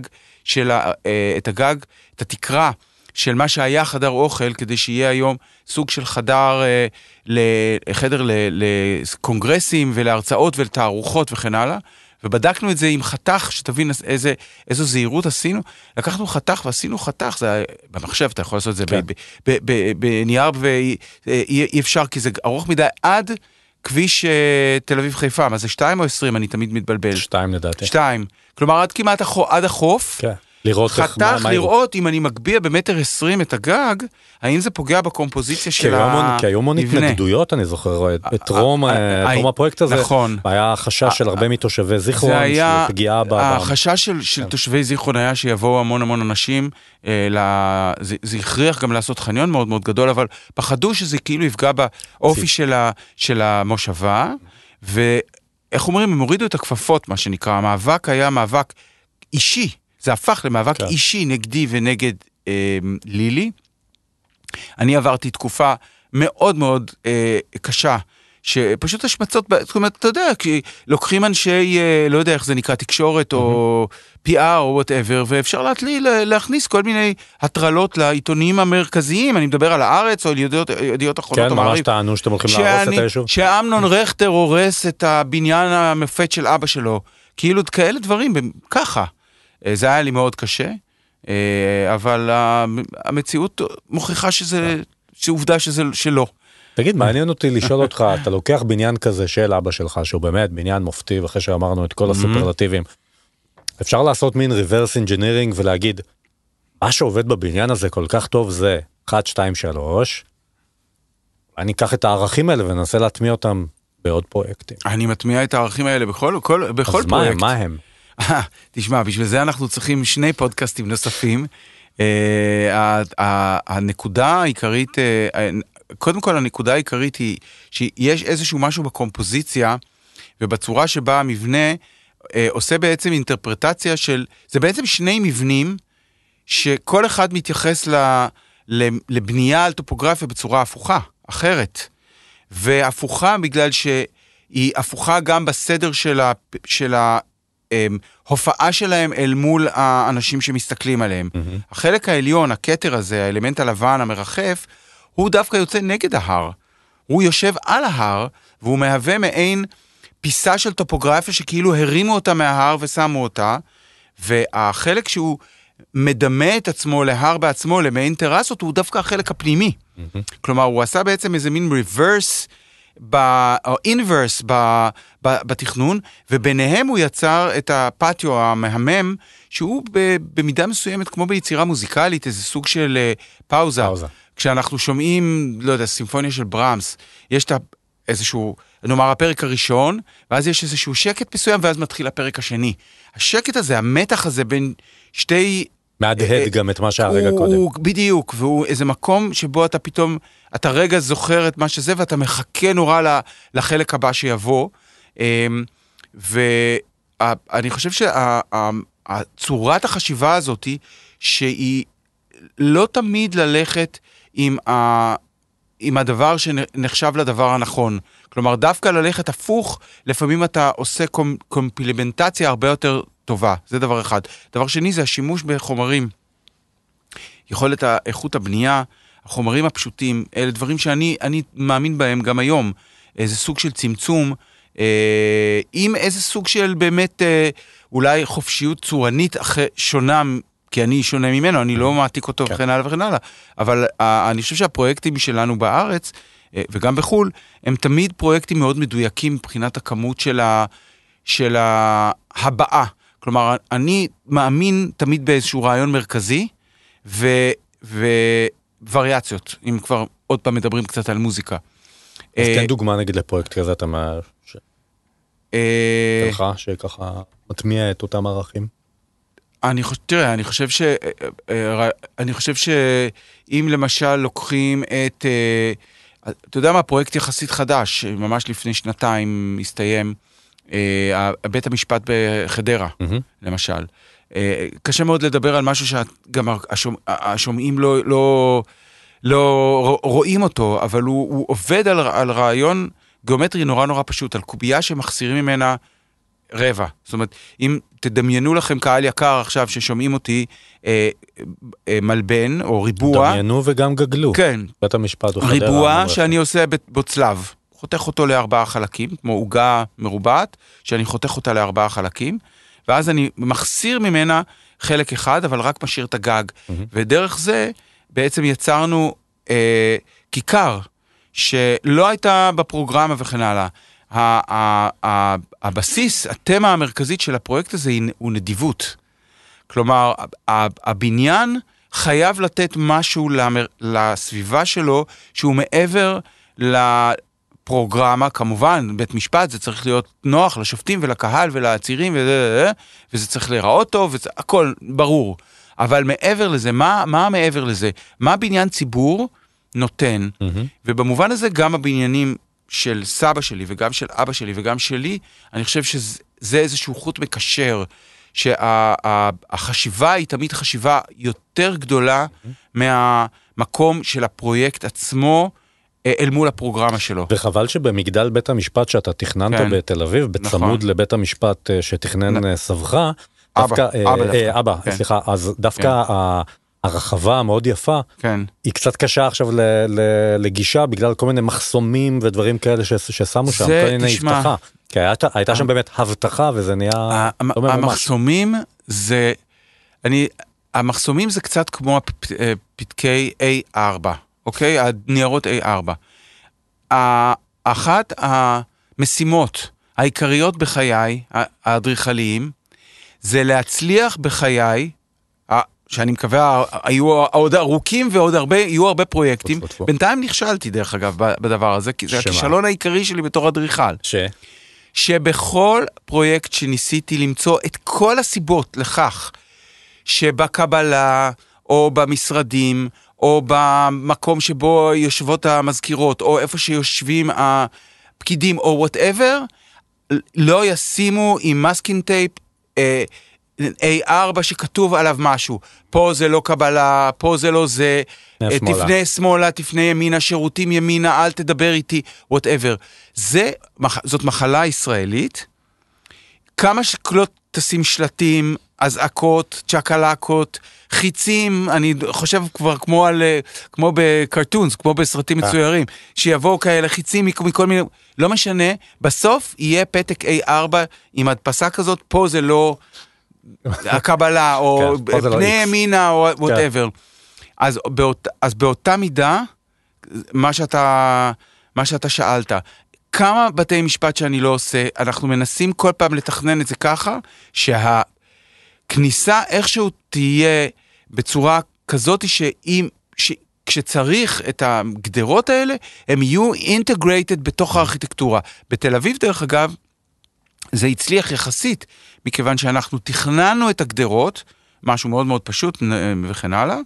[SPEAKER 2] את התקרה של מה שהיה חדר אוכל, כדי שיהיה היום סוג של חדר לקונגרסים ולהרצאות ולתערוכות וכן הלאה, ובדקנו את זה עם חתך, שתבין איזו זהירות עשינו, לקחנו חתך ועשינו חתך, זה במחשב, אתה יכול לעשות את זה בנייר, ואי אפשר, כי זה ארוך מדי עד כביש תל אביב חיפה, מה זה 2 או 20? אני תמיד מתבלבל.
[SPEAKER 3] 2 לדעתי.
[SPEAKER 2] 2, כלומר עד כמעט עד החוף,
[SPEAKER 3] כן.
[SPEAKER 2] חתך לראות אם אני מגביע ב1.20 את הגג, האם זה פוגע בקומפוזיציה של המבנה.
[SPEAKER 3] כי היום התנגדויות, אני זוכר, בטרום הפרויקט הזה, היה חשש של הרבה מתושבי זיכרון, פגיעה
[SPEAKER 2] החשש של תושבי זיכרון היה שיבואו המון אנשים, זה הכריח גם לעשות חניון מאוד מאוד גדול, אבל פחדו שזה כאילו יפגע באופי של המושבה, ואיך אומרים, הם הורידו את הכפפות, מה שנקרא, המאבק היה מאבק אישי, זה הפך למאבק אישי נגדי ונגד לילי. אני עברתי תקופה מאוד מאוד קשה, שפשוט השמצות, זאת אומרת, אתה יודע, כי לוקחים אנשי, לא יודע איך זה נקרא, תקשורת או PR או whatever, ואפשר להכניס כל מיני הטרלות לעיתונים המרכזיים, אני מדבר על הארץ או על ידיעות אחרונות.
[SPEAKER 3] כן, ממש טענו שאתם הולכים להרוס את היישוב.
[SPEAKER 2] שאמנון רכטר הורס את הבניין המפת של אבא שלו, כאילו כאלה דברים, ככה. זה היה לי מאוד קשה, אבל המציאות מוכיחה שעובדה שזה שלא.
[SPEAKER 3] תגיד, מעניין אותי לשאול אותך, אתה לוקח בניין כזה של אבא שלך, שהוא באמת בניין מופתי, ואחרי שאמרנו את כל הסופרלטיבים, אפשר לעשות מין reverse engineering ולהגיד, מה שעובד בבניין הזה כל כך טוב זה 1, 2, 3, אני אקח את הערכים האלה וננסה להטמיע אותם בעוד פרויקטים.
[SPEAKER 2] אני מטמיע את הערכים האלה בכל פרויקט.
[SPEAKER 3] אז מה הם?
[SPEAKER 2] תשמע, בשביל זה אנחנו צריכים 2 פודקאסטים נוספים. הנקודה העיקרית, קודם כל הנקודה העיקרית היא שיש איזשהו משהו בקומפוזיציה, ובצורה שבה המבנה עושה בעצם אינטרפרטציה של, זה בעצם 2 מבנים, שכל אחד מתייחס לבנייה על טופוגרפיה בצורה הפוכה, אחרת. והפוכה בגלל שהיא הפוכה גם בסדר של ההופעה שלהם אל מול האנשים שמסתכלים עליהם. החלק העליון, הכתר הזה, האלמנט הלבן המרחף, הוא דווקא יוצא נגד ההר. הוא יושב על ההר, והוא מהווה מעין פיסה של טופוגרפיה שכאילו הרימו אותה מההר ושמו אותה, והחלק שהוא מדמה את עצמו להר בעצמו, למעין טרסות, הוא דווקא החלק הפנימי. כלומר, הוא עשה בעצם איזה מין reverse, או inverse בתכנון, וביניהם הוא יצר את הפטיו המהמם, שהוא במידה מסוימת, כמו ביצירה מוזיקלית, איזה סוג של פאוזה. כשאנחנו שומעים, לא יודע, סימפוניה של ברמס, יש איזשהו, נאמר, הפרק הראשון, ואז יש איזשהו שקט מסוים, ואז מתחיל הפרק השני. השקט הזה, המתח הזה בין שתי...
[SPEAKER 3] מהדהד גם את מה שהרגע קודם.
[SPEAKER 2] בדיוק, והוא איזה מקום שבו אתה פתאום, אתה רגע זוכר את מה שזה, ואתה מחכה נורא לחלק הבא שיבוא. ואני חושב שהצורת החשיבה הזאת היא, שהיא לא תמיד ללכת עם הדבר שנחשב לדבר הנכון. כלומר, דווקא ללכת הפוך, לפעמים אתה עושה קומפלימנטציה הרבה יותר טובה. זה דבר אחד. דבר שני, זה השימוש בחומרים. יכולת איכות הבנייה, החומרים הפשוטים, אלה דברים שאני מאמין בהם גם היום. איזה סוג של צמצום, עם איזה סוג של באמת, אולי חופשיות צורנית שונה, כי אני שונה ממנו, אני לא מעתיק אותו וכן הלאה וכן הלאה. אבל אני חושב שהפרויקטים שלנו בארץ, וגם בחול, הם תמיד פרויקטים מאוד מדויקים מבחינת הכמות של ההבאה. כלומר, אני מאמין תמיד באיזשהו רעיון מרכזי, ווריאציות, אם כבר עוד פעם מדברים קצת על מוזיקה.
[SPEAKER 3] אז תן דוגמה נגיד לפרויקט כזה, אתה אומר, שלך, שככה מטמיע את אותם ערכים?
[SPEAKER 2] תראה, אני חושב שאם למשל לוקחים את, אתה יודע מה, פרויקט יחסית חדש, ממש לפני 2 הסתיים, בית המשפט בחדרה, למשל. קשה מאוד לדבר על משהו שגם השומעים לא רואים אותו, אבל הוא עובד על רעיון גיאומטרי נורא פשוט, על קובייה שמחסירים ממנה רבע. זאת אומרת, אם תדמיינו לכם קהל יקר עכשיו ששומעים אותי מלבן או ריבוע.
[SPEAKER 3] דמיינו וגם גגלו.
[SPEAKER 2] כן.
[SPEAKER 3] בית המשפט הוא חדרה.
[SPEAKER 2] ריבוע שאני עושה בצלב. חותך אותו ל4 חלקים, כמו עוגה מרובעת, שאני חותך אותה ל4 חלקים, ואז אני מחסיר ממנה חלק אחד, אבל רק משאיר את הגג. ודרך זה בעצם יצרנו כיכר, שלא הייתה בפרוגרמה וכן הלאה. הבסיס, התמה המרכזית של הפרויקט הזה הוא נדיבות. כלומר, הבניין חייב לתת משהו לסביבה שלו, שהוא מעבר לפרוגרמה, כמובן, בית משפט, זה צריך להיות נוח לשופטים ולקהל ולעצירים, וזה צריך להיראות טוב, הכל ברור. אבל מעבר לזה, מה מעבר לזה? מה בניין ציבור נותן? ובמובן הזה גם הבניינים של סבא שלי וגם של אבא שלי וגם שלי, אני חושב שזה איזשהו חוט מקשר, שהחשיבה היא תמיד חשיבה יותר גדולה מהמקום של הפרויקט עצמו, אל מול הפרוגרמה שלו.
[SPEAKER 3] וחבל שבמגדל בית המשפט שאתה תכננת בתל אביב, בצמוד לבית המשפט שתכנן סבך, אבא, סליחה, אז דווקא הרחבה המאוד יפה, היא קצת קשה עכשיו לגישה, בגלל כל מיני מחסומים ודברים כאלה ששמו שם, כל מיני הבטחה. כן, הייתה שם באמת הבטחה, וזה נהיה לא ממש.
[SPEAKER 2] המחסומים זה, המחסומים זה קצת כמו פתקי A4, אוקיי? הניירות A4. אחת המשימות העיקריות בחיי, האדריכליים, זה להצליח בחיי, שאני מקווה, היו עוד ארוכים ועוד יהיו הרבה פרויקטים. בינתיים נכשלתי דרך אגב בדבר הזה, כי זה הכישלון העיקרי שלי בתור אדריכל. שבכל פרויקט שניסיתי למצוא את כל הסיבות לכך, שבקבלה או במשרדים, או במקום שבו יושבות המזכירות, או איפה שיושבים הפקידים, או whatever, לא ישימו עם מסקינג טייפ A4 שכתוב עליו משהו. פה זה לא קבלה, פה זה לא זה, תפנה שמאלה, תפנה ימינה, שירותים ימינה, אל תדבר איתי, whatever. זאת מחלה ישראלית. כמה שקלות תשים שלטים, אזעקות, צ'קלקות, חיצים, אני חושב כבר כמו בקרטונס, כמו בסרטים מצוירים, שיבואו כאלה חיצים מכל מיני, לא משנה, בסוף יהיה פתק A4 עם הדפסה כזאת, פה זה לא הקבלה, או פני ימינה, או whatever. אז באותה מידה, מה שאתה שאלת, כמה בתי משפט שאני לא עושה, אנחנו מנסים כל פעם לתכנן את זה ככה, כניסה איכשהו תהיה בצורה כזאת כשצריך את הגדרות האלה, הם יהיו integrated בתוך הארכיטקטורה. בתל אביב דרך אגב, זה הצליח יחסית, מכיוון שאנחנו תכננו את הגדרות, משהו מאוד מאוד פשוט וכן הלאה,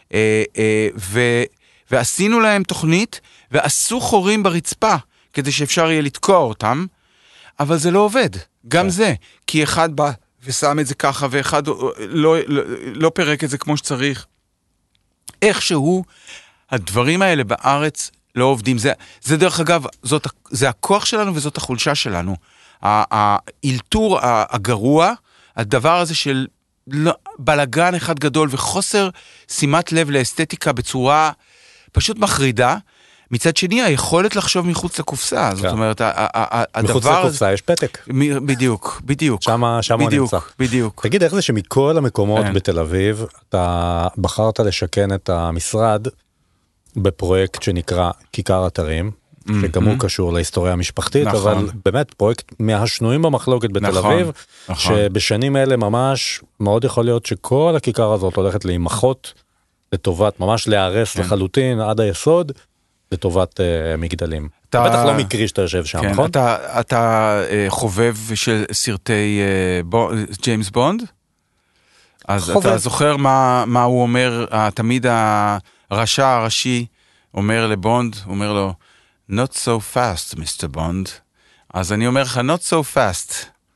[SPEAKER 2] ועשינו להם תוכנית, ועשו חורים ברצפה, כדי שאפשר יהיה לתקוע אותם, אבל זה לא עובד, גם זה, כי אחד בא ושם את זה ככה, ואחד לא פרק את זה כמו שצריך. איכשהו, הדברים האלה בארץ לא עובדים. זה דרך אגב, זה הכוח שלנו וזאת החולשה שלנו. האלתור הגרוע, הדבר הזה של בלגן אחד גדול וחוסר שימת לב לאסתטיקה בצורה פשוט מחרידה, מצד שני, היכולת לחשוב מחוץ לקופסה, זאת אומרת, הדבר...
[SPEAKER 3] מחוץ לקופסה יש פתק.
[SPEAKER 2] בדיוק.
[SPEAKER 3] שם הוא נמצא.
[SPEAKER 2] בדיוק.
[SPEAKER 3] תגיד, איך זה שמכל המקומות בתל אביב, אתה בחרת לשכן את המשרד בפרויקט שנקרא כיכר אתרים, שגם הוא קשור להיסטוריה המשפחתית, אבל באמת פרויקט מהשנויים במחלוקת בתל אביב, שבשנים האלה ממש מאוד יכול להיות שכל הכיכר הזאת הולכת להימחות, לטובת, ממש להיערס לחלוטין עד היסוד, לטובת מגדלים. בטח לא מקרי שאתה יושב שם, נכון?
[SPEAKER 2] אתה חובב של סרטי ג'יימס בונד? אז אתה זוכר מה הוא אומר, תמיד הרשע הראשי אומר לבונד, הוא אומר לו, not so fast, Mr. בונד. אז אני אומר לך, not so fast.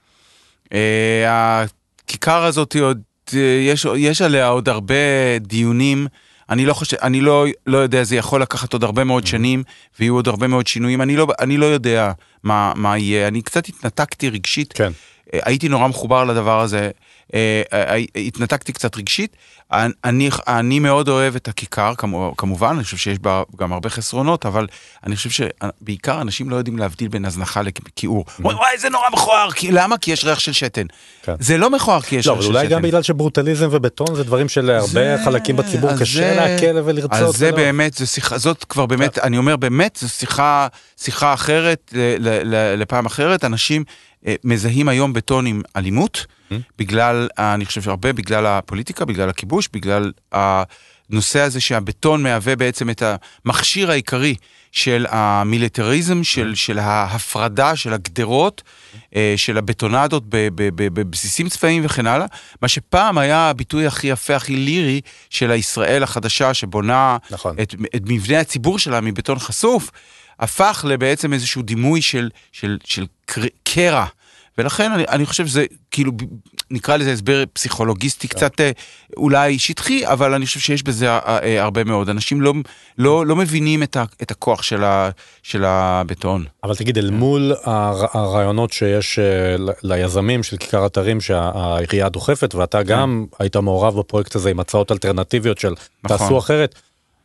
[SPEAKER 2] הכיכר הזאת עוד, יש עליה עוד הרבה דיונים, אני לא יודע, זה יכול לקחת עוד הרבה מאוד שנים, ויהיו עוד הרבה מאוד שינויים, אני לא יודע מה יהיה, אני קצת התנתקתי רגשית, הייתי נורא מחובר לדבר הזה, התנתקתי קצת רגשית, אני מאוד אוהב את הכיכר, כמובן, אני חושב שיש בה גם הרבה חסרונות, אבל אני חושב שבעיקר אנשים לא יודעים להבדיל בין הזנחה לכיעור. וואי, זה נורא מכוער, למה? כי יש ריח של שתן. זה לא מכוער כי יש ריח של שתן.
[SPEAKER 3] אולי גם בגלל שברוטליזם ובטון זה דברים של הרבה חלקים בציבור, קשה להקל ולרצות.
[SPEAKER 2] אז זה באמת, זאת כבר באמת, אני אומר באמת, זו שיחה אחרת, לפעם אחרת, אנשים מזהים היום בטון עם אלימות, בגלל, אני חושב שהרבה בגלל הפוליטיקה, בגלל הכיבוש, בגלל הנושא הזה שהבטון מהווה בעצם את המכשיר העיקרי של המיליטריזם, של ההפרדה, של הגדרות, של הבטונדות בבסיסים צבאיים וכן הלאה, מה שפעם היה הביטוי הכי יפה, הכי לירי של הישראל החדשה, שבונה את מבנה הציבור שלה מבטון חשוף, הפך לבעצם איזשהו דימוי של קרע. ולכן אני חושב שזה, כאילו, נקרא לזה הסבר פסיכולוגיסטי, קצת אולי שטחי, אבל אני חושב שיש בזה הרבה מאוד. אנשים לא מבינים את הכוח של הבטון.
[SPEAKER 3] אבל תגיד, אל מול הרעיונות שיש ליזמים של כיכר אתרים שהעירייה דוחפת, ואתה גם היית מעורב בפרויקט הזה עם הצעות אלטרנטיביות של תעשו אחרת,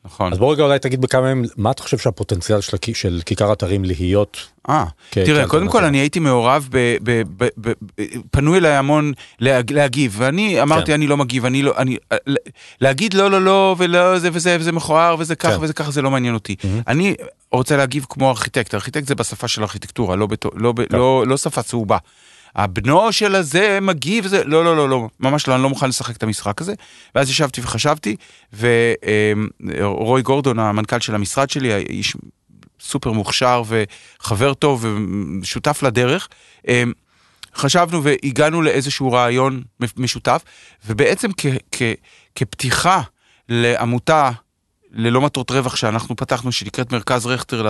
[SPEAKER 2] נכון.
[SPEAKER 3] אז בוא רגע אולי תגיד בכמה מהם, מה אתה חושב שהפוטנציאל של כיכר אתרים להיות?
[SPEAKER 2] תראה, קודם כל אני הייתי מעורב, פנו אליי המון להגיב, ואני אמרתי אני לא מגיב, להגיד לא, ולא זה וזה, וזה מכוער, וזה ככה וזה ככה, זה לא מעניין אותי. אני רוצה להגיב כמו ארכיטקט, ארכיטקט זה בשפה של ארכיטקטורה, לא שפה צהובה. הבנו של הזה מגיב, זה, לא, ממש לא, אני לא מוכן לשחק את המשחק הזה, ואז ישבתי וחשבתי, ורוי גורדון, המנכ"ל של המשרד שלי, האיש סופר מוכשר וחבר טוב ושותף לדרך, חשבנו והגענו לאיזשהו רעיון משותף, ובעצם כפתיחה לעמותה ללא מטרות רווח שאנחנו פתחנו, שנקראת מרכז רכטר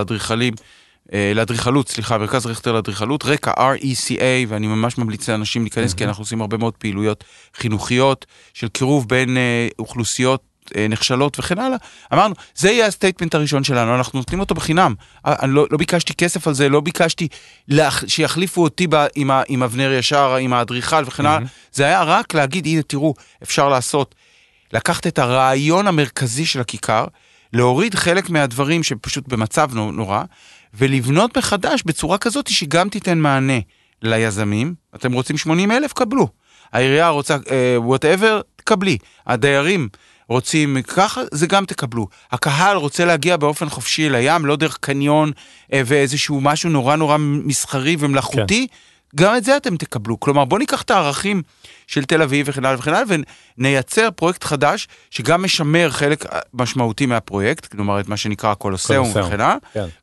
[SPEAKER 2] לאדריכלות, מרכז רכטר לאדריכלות, רקע, RECA, ואני ממש ממליץ לאנשים להיכנס, כי אנחנו עושים הרבה מאוד פעילויות חינוכיות, של קירוב בין אוכלוסיות נכשלות וכן הלאה. אמרנו, זה יהיה הסטייטמנט הראשון שלנו, אנחנו נותנים אותו בחינם. אני לא ביקשתי כסף על זה, לא ביקשתי שיחליפו אותי עם אבנר ישר, עם האדריכל וכן הלאה. זה היה רק להגיד, הנה תראו, אפשר לעשות, לקחת את הרעיון המרכזי של הכיכר, להוריד חלק מהדברים שפשוט במצב נורא, ולבנות מחדש בצורה כזאת שגם תיתן מענה ליזמים. אתם רוצים 80,000? קבלו. העירייה רוצה whatever, תקבלי. הדיירים רוצים ככה, זה גם תקבלו. הקהל רוצה להגיע באופן חופשי לים, לא דרך קניון ואיזשהו משהו נורא מסחרי ומלאכותי, גם את זה אתם תקבלו. כלומר, בוא ניקח את הערכים של תל אביב וכן הלאה, ונייצר פרויקט חדש שגם משמר חלק משמעותי מהפרויקט, כלומר, את מה שנקרא הקולוסיאום וכן הלאה,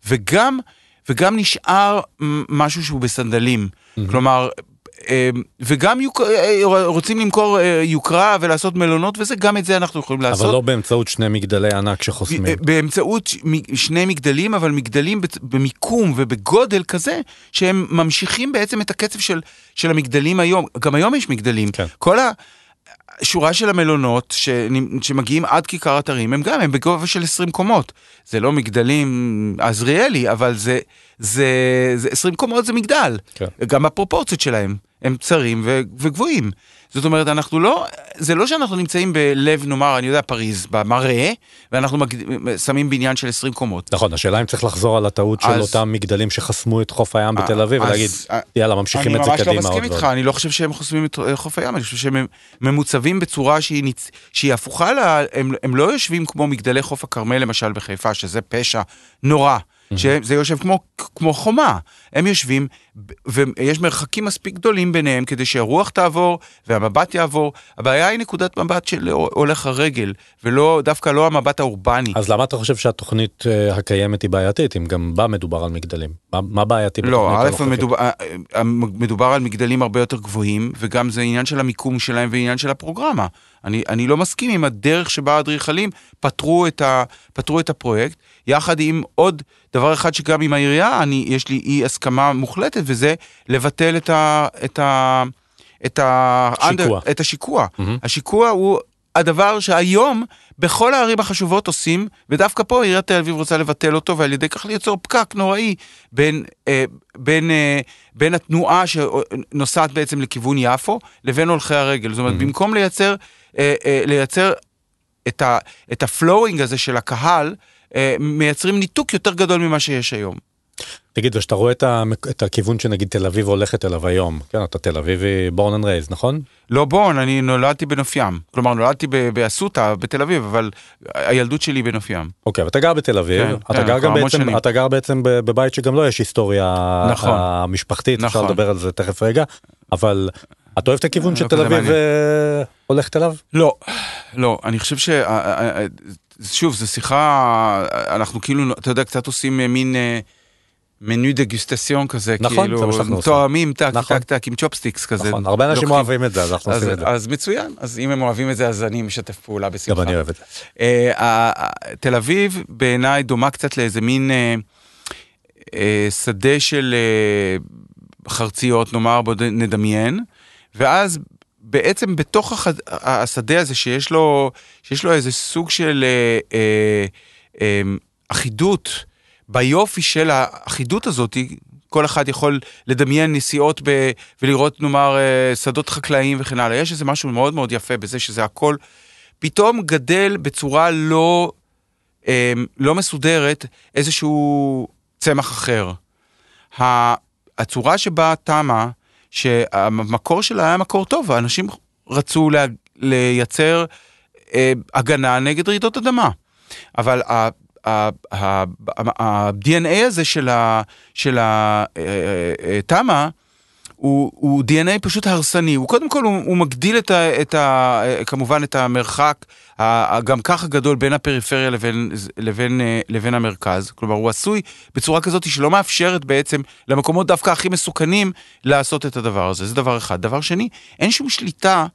[SPEAKER 2] וגם נשאר משהו שהוא בסנדלים. כלומר, וגם רוצים למכור יוקרה ולעשות מלונות וזה, גם את זה אנחנו יכולים לעשות.
[SPEAKER 3] אבל לא באמצעות שני מגדלי ענק שחוסמים.
[SPEAKER 2] באמצעות שני מגדלים, אבל מגדלים במיקום ובגודל כזה, שהם ממשיכים בעצם את הקצב של המגדלים היום. גם היום יש מגדלים. כל השורה של המלונות שמגיעים עד כיכר אתרים, הם בגובה של 20 קומות. זה לא מגדלים עזריאלי, אבל זה 20 קומות זה מגדל. גם הפרופורציות שלהם. הם צרים וגבוהים. זאת אומרת, זה לא שאנחנו נמצאים בלב, נאמר, אני יודע, פריז, במראה, ואנחנו שמים בניין של 20 קומות.
[SPEAKER 3] נכון, השאלה אם צריך לחזור על הטעות של אותם מגדלים שחסמו את חוף הים בתל אביב, ולהגיד, יאללה, ממשיכים את זה קדימה.
[SPEAKER 2] אני ממש לא מסכים איתך, אני לא חושב שהם חוסמים את חוף הים, אני חושב שהם ממוצבים בצורה שהיא הפוכה לה, הם לא יושבים כמו מגדלי חוף הכרמל, למשל בחיפה, שזה פשע נורא. שזה יושב כמו חומה. הם יושבים, ויש מרחקים מספיק גדולים ביניהם, כדי שהרוח תעבור, והמבט יעבור. הבעיה היא נקודת מבט של הולך הרגל, דווקא לא המבט האורבני.
[SPEAKER 3] אז למה אתה חושב שהתוכנית הקיימת היא בעייתית, אם גם בה מדובר על מגדלים? מה בעייתי בתוכנית?
[SPEAKER 2] לא, מדובר על מגדלים הרבה יותר גבוהים, וגם זה עניין של המיקום שלהם, ועניין של הפרוגרמה. אני לא מסכים עם הדרך שבה האדריכלים פתרו את הפרויקט, יחד עם עוד דבר אחד שגם עם העירייה, יש לי אי הסכמה מוחלטת, וזה לבטל את השיקוע. השיקוע הוא הדבר שהיום בכל הערים החשובות עושים, ודווקא פה עיריית תל אביב רוצה לבטל אותו, ועל ידי כך ליצור פקק נוראי בין התנועה שנוסעת בעצם לכיוון יפו, לבין הולכי הרגל. זאת אומרת, במקום לייצר את הפלואינג הזה של הקהל, מייצרים ניתוק יותר גדול ממה שיש היום.
[SPEAKER 3] תגיד, ושאתה רואה את הכיוון שנגיד תל אביב הולכת אליו היום, כן, אתה תל אביבי born and raised, נכון?
[SPEAKER 2] לא born, אני נולדתי בנוף ים. כלומר, נולדתי באסותא, בתל אביב, אבל הילדות שלי בנוף ים.
[SPEAKER 3] אוקיי, ואתה גר בתל אביב, אתה גר בעצם בבית שגם לא יש היסטוריה משפחתית, אפשר לדבר על זה תכף רגע, אבל אתה אוהב את הכיוון שתל אביב הולכת אליו?
[SPEAKER 2] לא, אני חושב שוב, זו שיחה, אנחנו כאילו, אתה יודע, קצת עושים מין מנו דגוסטציון כזה, כאילו, תואמים, טק, עם צ'ופסטיקס כזה.
[SPEAKER 3] נכון, הרבה אנשים אוהבים את זה, אז אנחנו עושים את זה.
[SPEAKER 2] אז מצוין, אז אם הם אוהבים את זה, אז אני משתף פעולה בשמחה.
[SPEAKER 3] גם אני אוהב את זה.
[SPEAKER 2] תל אביב בעיניי דומה קצת לאיזה מין שדה של חרציות, נאמר, בוא נדמיין, ואז בעצם בתוך השדה הזה שיש לו איזה סוג של אחידות, ביופי של האחידות הזאת, כל אחד יכול לדמיין נסיעות ולראות, נאמר, שדות חקלאיים וכן הלאה. יש איזה משהו מאוד מאוד יפה בזה שזה הכל פתאום גדל בצורה לא לא מסודרת איזשהו צמח אחר. הצורה שבה תמה, שהמקור שלה היה מקור טוב, האנשים רצו לייצר הגנה נגד רעידות אדמה. אבל ה-DNA הזה של התמה, הוא DNA פשוט הרסני. הוא קודם כל, הוא מגדיל כמובן את המרחק, גם ככה גדול בין הפריפריה לבין המרכז. כלומר, הוא עשוי בצורה כזאת שלא מאפשרת בעצם למקומות דווקא הכי מסוכנים לעשות את הדבר הזה. זה דבר אחד. דבר שני, אין שום שליטה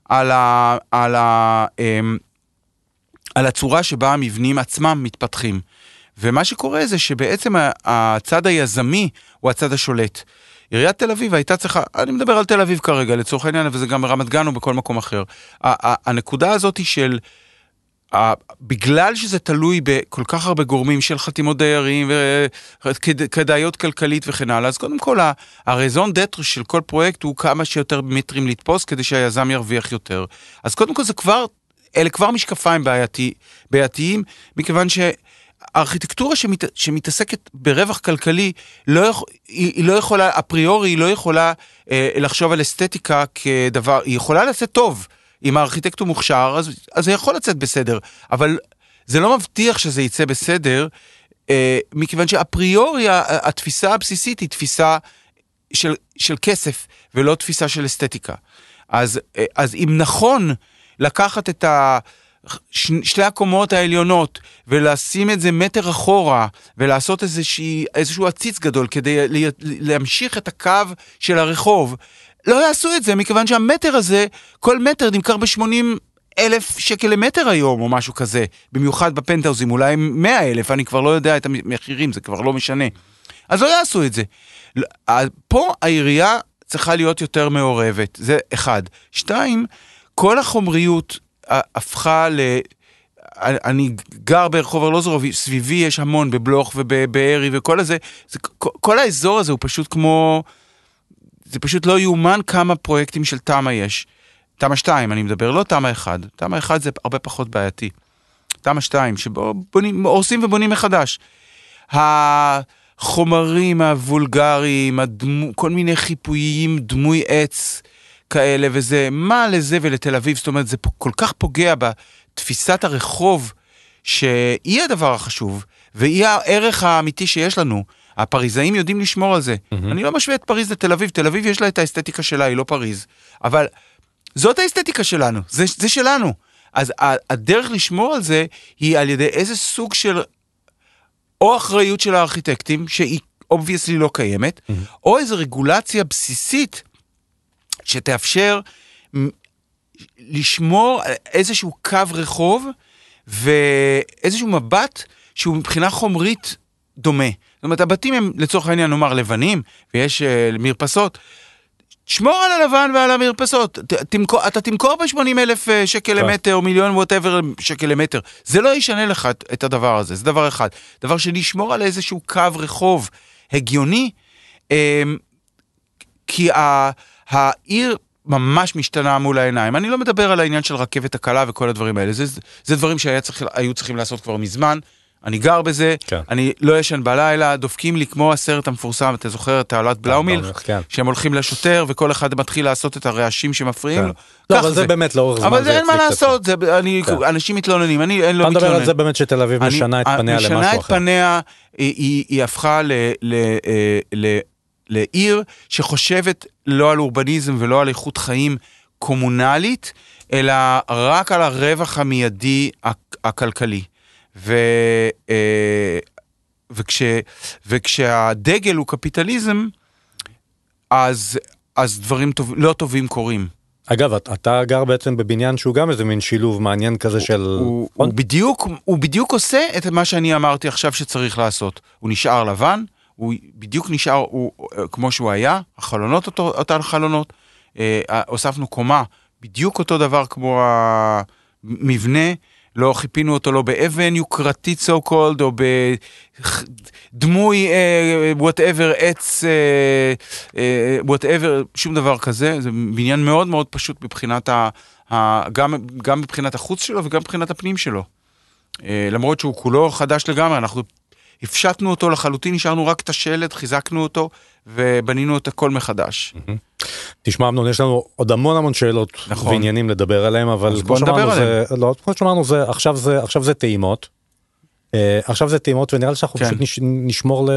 [SPEAKER 2] על הצורה שבה המבנים עצמם מתפתחים. ומה שקורה זה שבעצם הצד היזמי הוא הצד השולט. עיריית תל אביב הייתה צריכה, אני מדבר על תל אביב כרגע, לצורך העניין, וזה גם ברמת גן או בכל מקום אחר. הנקודה הזאת של, בגלל שזה תלוי בכל כך הרבה גורמים של חתימות דיירים וכדאיות כלכלית וכן הלאה, אז קודם כל, הרזון דטר של כל פרויקט הוא כמה שיותר מטרים לתפוס כדי שהיזם ירוויח יותר. אז קודם כל אלה כבר משקפיים בעייתיים, מכיוון הארכיטקטורה שמתעסקת ברווח כלכלי, היא לא יכולה, אפריורי, היא לא יכולה לחשוב על אסתטיקה כדבר, היא יכולה לצאת טוב, אם הארכיטקט הוא מוכשר, אז זה יכול לצאת בסדר, אבל זה לא מבטיח שזה יצא בסדר, מכיוון שאפריורי, התפיסה הבסיסית היא תפיסה של כסף, ולא תפיסה של אסתטיקה. אז אם נכון לקחת את שתי הקומות העליונות, ולשים את זה מטר אחורה, ולעשות איזשהו עציץ גדול, כדי להמשיך את הקו של הרחוב, לא יעשו את זה, מכיוון שהמטר הזה, כל מטר נמכר ב-80,000 שקל למטר היום, או משהו כזה, במיוחד בפנטהאוזים, אולי 100,000, אני כבר לא יודע את המחירים, זה כבר לא משנה. אז לא יעשו את זה. פה העירייה צריכה להיות יותר מעורבת, זה אחד. 2, כל החומריות הפכה אני גר ברחוב ארלוזורוב, סביבי יש המון בבלוך ובבארי וכל הזה, כל האזור הזה הוא פשוט כמו, זה פשוט לא יאומן כמה פרויקטים של תמה יש. תמה 2, אני מדבר, לא תמה 1. תמה 1 זה הרבה פחות בעייתי. תמה 2, שבו הורסים ובונים מחדש. החומרים הוולגריים, כל מיני חיפויים, דמוי עץ כאלה, וזה מה לזה ולתל אביב, זאת אומרת, זה כל כך פוגע בתפיסת הרחוב, שהיא הדבר החשוב, והיא הערך האמיתי שיש לנו. הפריזאים יודעים לשמור על זה. אני לא משווה את פריז לתל אביב, תל אביב יש לה את האסתטיקה שלה, היא לא פריז. אבל זאת האסתטיקה שלנו, זה שלנו. אז הדרך לשמור על זה, היא על ידי איזה סוג של, או אחריות של הארכיטקטים, שהיא obviously לא קיימת, או איזו רגולציה בסיסית, שתאפשר לשמור איזשהו קו רחוב, ואיזשהו מבט, שהוא מבחינה חומרית דומה. זאת אומרת, הבתים הם לצורך העניין נאמר לבנים, ויש מרפסות, שמור על הלבן ועל המרפסות, אתה תמכור ב-80,000 שקל למטר, או מיליון ווטאבר שקל למטר, זה לא ישנה לך את הדבר הזה, זה דבר אחד. דבר שני, שמור על איזשהו קו רחוב הגיוני, כי העיר ממש משתנה מול העיניים. אני לא מדבר על העניין של רכבת הקלה וכל הדברים האלה, זה דברים שהיו צריכים לעשות כבר מזמן, אני גר בזה, כן. אני לא ישן בלילה, דופקים לי כמו הסרט המפורסם, אתה זוכר את תעלת בלאומילך, כן. שהם הולכים לשוטר, וכל אחד מתחיל לעשות את הרעשים שמפריעים
[SPEAKER 3] כן.
[SPEAKER 2] לו.
[SPEAKER 3] לא, אבל זה באמת לאורך זמן.
[SPEAKER 2] אבל זה אין מה לעשות, אנשים מתלוננים, אני לא מתלונן.
[SPEAKER 3] אתה מדבר על זה באמת שתל אביב משנה את פניה למשהו אחר.
[SPEAKER 2] משנה את פניה, היא הפכה לעיר שחושבת לא על אורבניזם ולא על איכות חיים קומונלית, אלא רק על הרווח המיידי הכלכלי. וכשהדגל הוא קפיטליזם, אז דברים לא טובים קורים.
[SPEAKER 3] אגב, אתה גר בעצם בבניין שהוא גם איזה מין שילוב מעניין כזה של...
[SPEAKER 2] הוא בדיוק עושה את מה שאני אמרתי עכשיו שצריך לעשות. הוא נשאר לבן, הוא בדיוק נשאר כמו שהוא היה, החלונות אותן חלונות, הוספנו קומה, בדיוק אותו דבר כמו המבנה, לא חיפינו אותו לא באבן יוקרתית so called, או בדמוי whatever עץ, whatever, שום דבר כזה, זה בניין מאוד מאוד פשוט מבחינת גם מבחינת החוץ שלו וגם מבחינת הפנים שלו. למרות שהוא כולו חדש לגמרי, אנחנו הפשטנו אותו לחלוטין, נשארנו רק את השלד, חיזקנו אותו, ובנינו את הכל מחדש.
[SPEAKER 3] תשמע, אמנון, יש לנו עוד המון שאלות ועניינים לדבר עליהם, אבל כמו שאמרנו, עכשיו זה טעימות. עכשיו זה טעימות, ונראה לי שאנחנו פשוט נשמור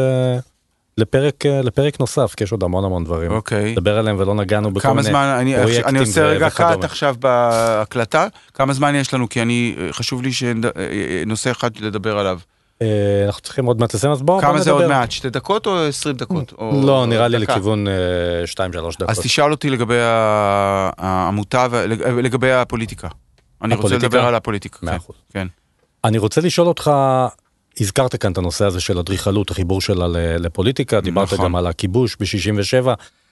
[SPEAKER 3] לפרק נוסף, כי יש עוד המון דברים. לדבר עליהם ולא נגענו בכל מיני פרויקטים.
[SPEAKER 2] אני עושה רגע קאט עכשיו בהקלטה, כמה זמן יש לנו, כי חשוב לי שנושא אחד לדבר עליו.
[SPEAKER 3] אנחנו צריכים עוד מעט לסיים, אז בואו נדבר.
[SPEAKER 2] כמה זה עוד מעט? 2 דקות או 20 דקות?
[SPEAKER 3] לא, נראה לי לכיוון 2-3 דקות.
[SPEAKER 2] אז תשאל אותי לגבי העמותה ולגבי הפוליטיקה. אני רוצה לדבר על הפוליטיקה.
[SPEAKER 3] 100%. אני רוצה לשאול אותך, הזכרת כאן את הנושא הזה של אדריכלות, החיבור שלה לפוליטיקה, דיברת גם על הכיבוש ב-67.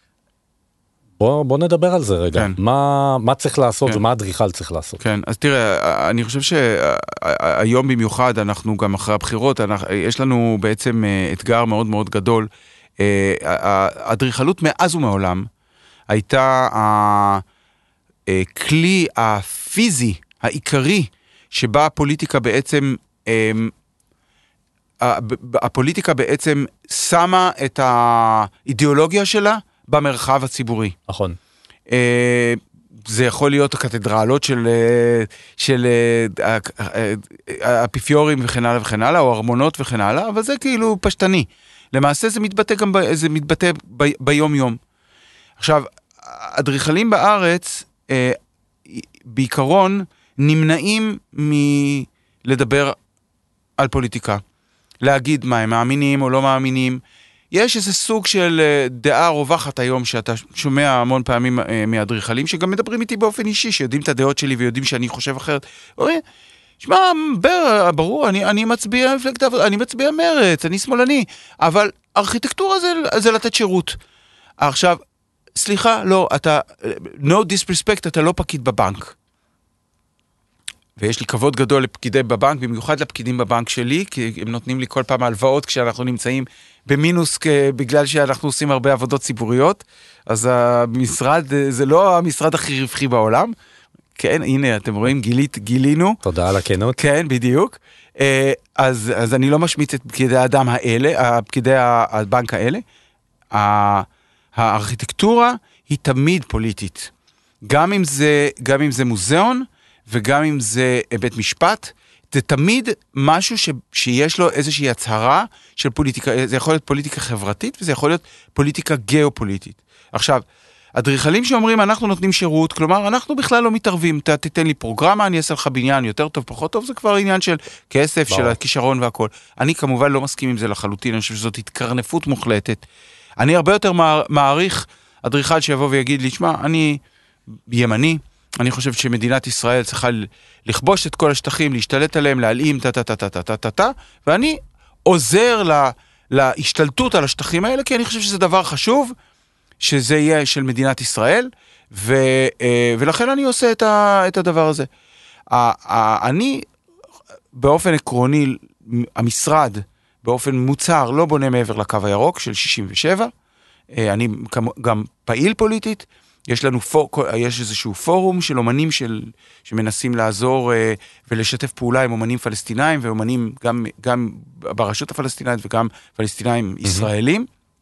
[SPEAKER 3] בוא נדבר על זה רגע. מה צריך לעשות ומה אדריכל צריך לעשות?
[SPEAKER 2] כן, אז תראה, אני חושב שהיום במיוחד, אנחנו גם אחרי הבחירות, יש לנו בעצם אתגר מאוד מאוד גדול. האדריכלות מאז ומעולם הייתה הכלי הפיזי העיקרי שבה הפוליטיקה בעצם שמה את האידיאולוגיה שלה במרחב הציבורי.
[SPEAKER 3] נכון.
[SPEAKER 2] זה יכול להיות הקתדרלות של האפיפיורים וכן הלאה וכן הלאה, או ארמונות וכן הלאה, אבל זה כאילו פשטני. למעשה זה מתבטא ביום יום. עכשיו, אדריכלים בארץ, בעיקרון, נמנעים מלדבר על פוליטיקה. להגיד מה הם מאמינים או לא מאמינים. יש איזה סוג של דעה רווחת היום שאתה שומע המון פעמים מאדריכלים שגם מדברים איתי באופן אישי, שיודעים את הדעות שלי ויודעים שאני חושב אחרת. שמע, ברור, אני מצביע מפלגת העבודה, אני מצביע מרץ, אני שמאלני, אבל ארכיטקטורה זה לתת שירות. עכשיו, סליחה, לא, no disrespect, אתה לא פקיד בבנק. ויש לי כבוד גדול לפקידי בבנק, במיוחד לפקידים בבנק שלי, כי הם נותנים לי כל פעם הלוואות כשאנחנו נמצאים במינוס, בגלל שאנחנו עושים הרבה עבודות ציבוריות, אז המשרד, זה לא המשרד הכי רווחי בעולם, כן, הנה, אתם רואים, גילינו.
[SPEAKER 3] תודה על הכנות.
[SPEAKER 2] כן, בדיוק. אז אני לא משמיץ את פקידי האדם האלה, פקידי הבנק האלה. הארכיטקטורה היא תמיד פוליטית. גם אם זה מוזיאון, וגם אם זה בית משפט, זה תמיד משהו שיש לו איזושהי הצהרה של פוליטיקה, זה יכול להיות פוליטיקה חברתית, וזה יכול להיות פוליטיקה גיאופוליטית. עכשיו, אדריכלים שאומרים, אנחנו נותנים שירות, כלומר, אנחנו בכלל לא מתערבים, אתה תיתן לי פרוגרמה, אני אעשה לך בניין יותר טוב, פחות טוב, זה כבר עניין של כסף, של הכישרון והכל. אני כמובן לא מסכים עם זה לחלוטין, אני חושב שזאת התקרנפות מוחלטת. אני הרבה יותר מעריך אדריכל שיבוא ויגיד לי, שמע, אני ימני, אני חושב שמדינת ישראל צריכה לכבוש את כל השטחים, להשתלט עליהם, להעלים, ואני עוזר להשתלטות על השטחים האלה, כי אני חושב שזה דבר חשוב, שזה יהיה של מדינת ישראל, ולכן אני עושה את הדבר הזה. אני, באופן עקרוני, המשרד, באופן מוצר, לא בונה מעבר לקו הירוק של 67, אני גם פעיל פוליטית, יש איזשהו פורום של אומנים שמנסים לעזור ולשתף פעולה עם אומנים פלסטינאים, ואומנים גם ברשות הפלסטינאית וגם פלסטינאים ישראלים.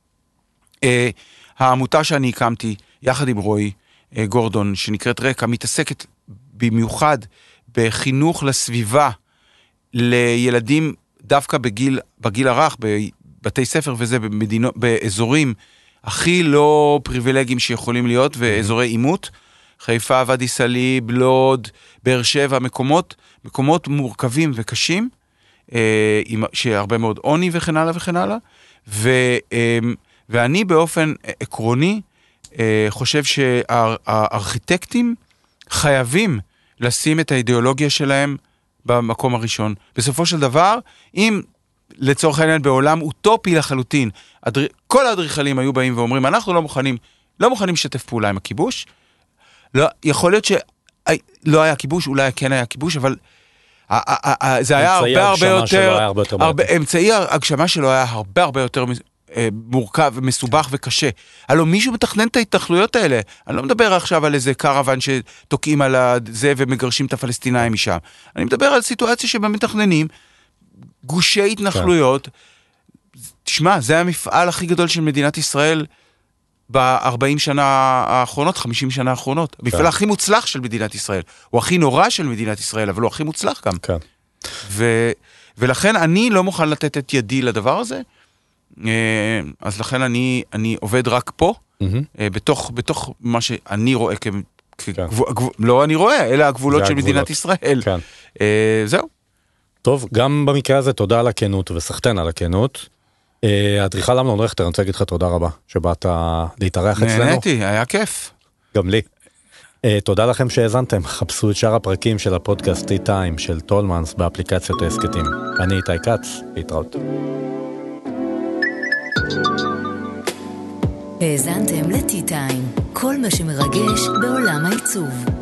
[SPEAKER 2] העמותה שאני הקמתי, יחד עם רועי גורדון, שנקראת רקע, מתעסקת במיוחד בחינוך לסביבה, לילדים דווקא בגיל הרך, בבתי ספר וזה, באזורים הכי לא פריבילגיים שיכולים להיות, ואזורי עימות, חיפה, ואדי סאליב, לוד, באר שבע, מקומות מורכבים וקשים, שהרבה מאוד עוני וכן הלאה וכן הלאה, ואני באופן עקרוני חושב שהארכיטקטים חייבים לשים את האידיאולוגיה שלהם במקום הראשון. בסופו של דבר, אם לצורך העניין בעולם אוטופי לחלוטין, כל האדריכלים היו באים ואומרים, אנחנו לא מוכנים לשתף פעולה עם הכיבוש, יכול להיות שלא היה כיבוש, אולי כן היה כיבוש, אבל זה היה הרבה יותר, אמצעי ההגשמה שלו היה הרבה יותר מורכב ומסובך וקשה. הלוא מישהו מתכנן את ההתנחלויות האלה. אני לא מדבר עכשיו על איזה קרוון שתוקעים על זה ומגרשים את הפלסטינאים משם. אני מדבר על סיטואציה שבה מתכננים גושי התנחלויות. תשמע, זה המפעל הכי גדול של מדינת ישראל ב-40 שנה האחרונות, 50 שנה האחרונות. המפעל הכי מוצלח של מדינת ישראל. הוא הכי נורא של מדינת ישראל, אבל הוא הכי מוצלח גם. כן. ולכן אני לא מוכן לתת את ידי לדבר הזה. אז לכן אני עובד רק פה, בתוך מה שאני רואה לא אני רואה, אלא הגבולות של מדינת ישראל. זהו.
[SPEAKER 3] טוב, גם במקרה הזה תודה על הכנות וסחטן על הכנות. אדריכל אמנון רכטר, אני רוצה להגיד לך תודה רבה שבאת להתארח אצלנו.
[SPEAKER 2] נהניתי, היה כיף.
[SPEAKER 3] גם לי. תודה לכם שהאזנתם, חפשו את שאר הפרקים של הפודקאסט Tea Time של טולמנס באפליקציות העסקתים. אני איתי קץ, להתראות.
[SPEAKER 1] האזנתם ל-Tea Time, כל מה שמרגש בעולם העיצוב.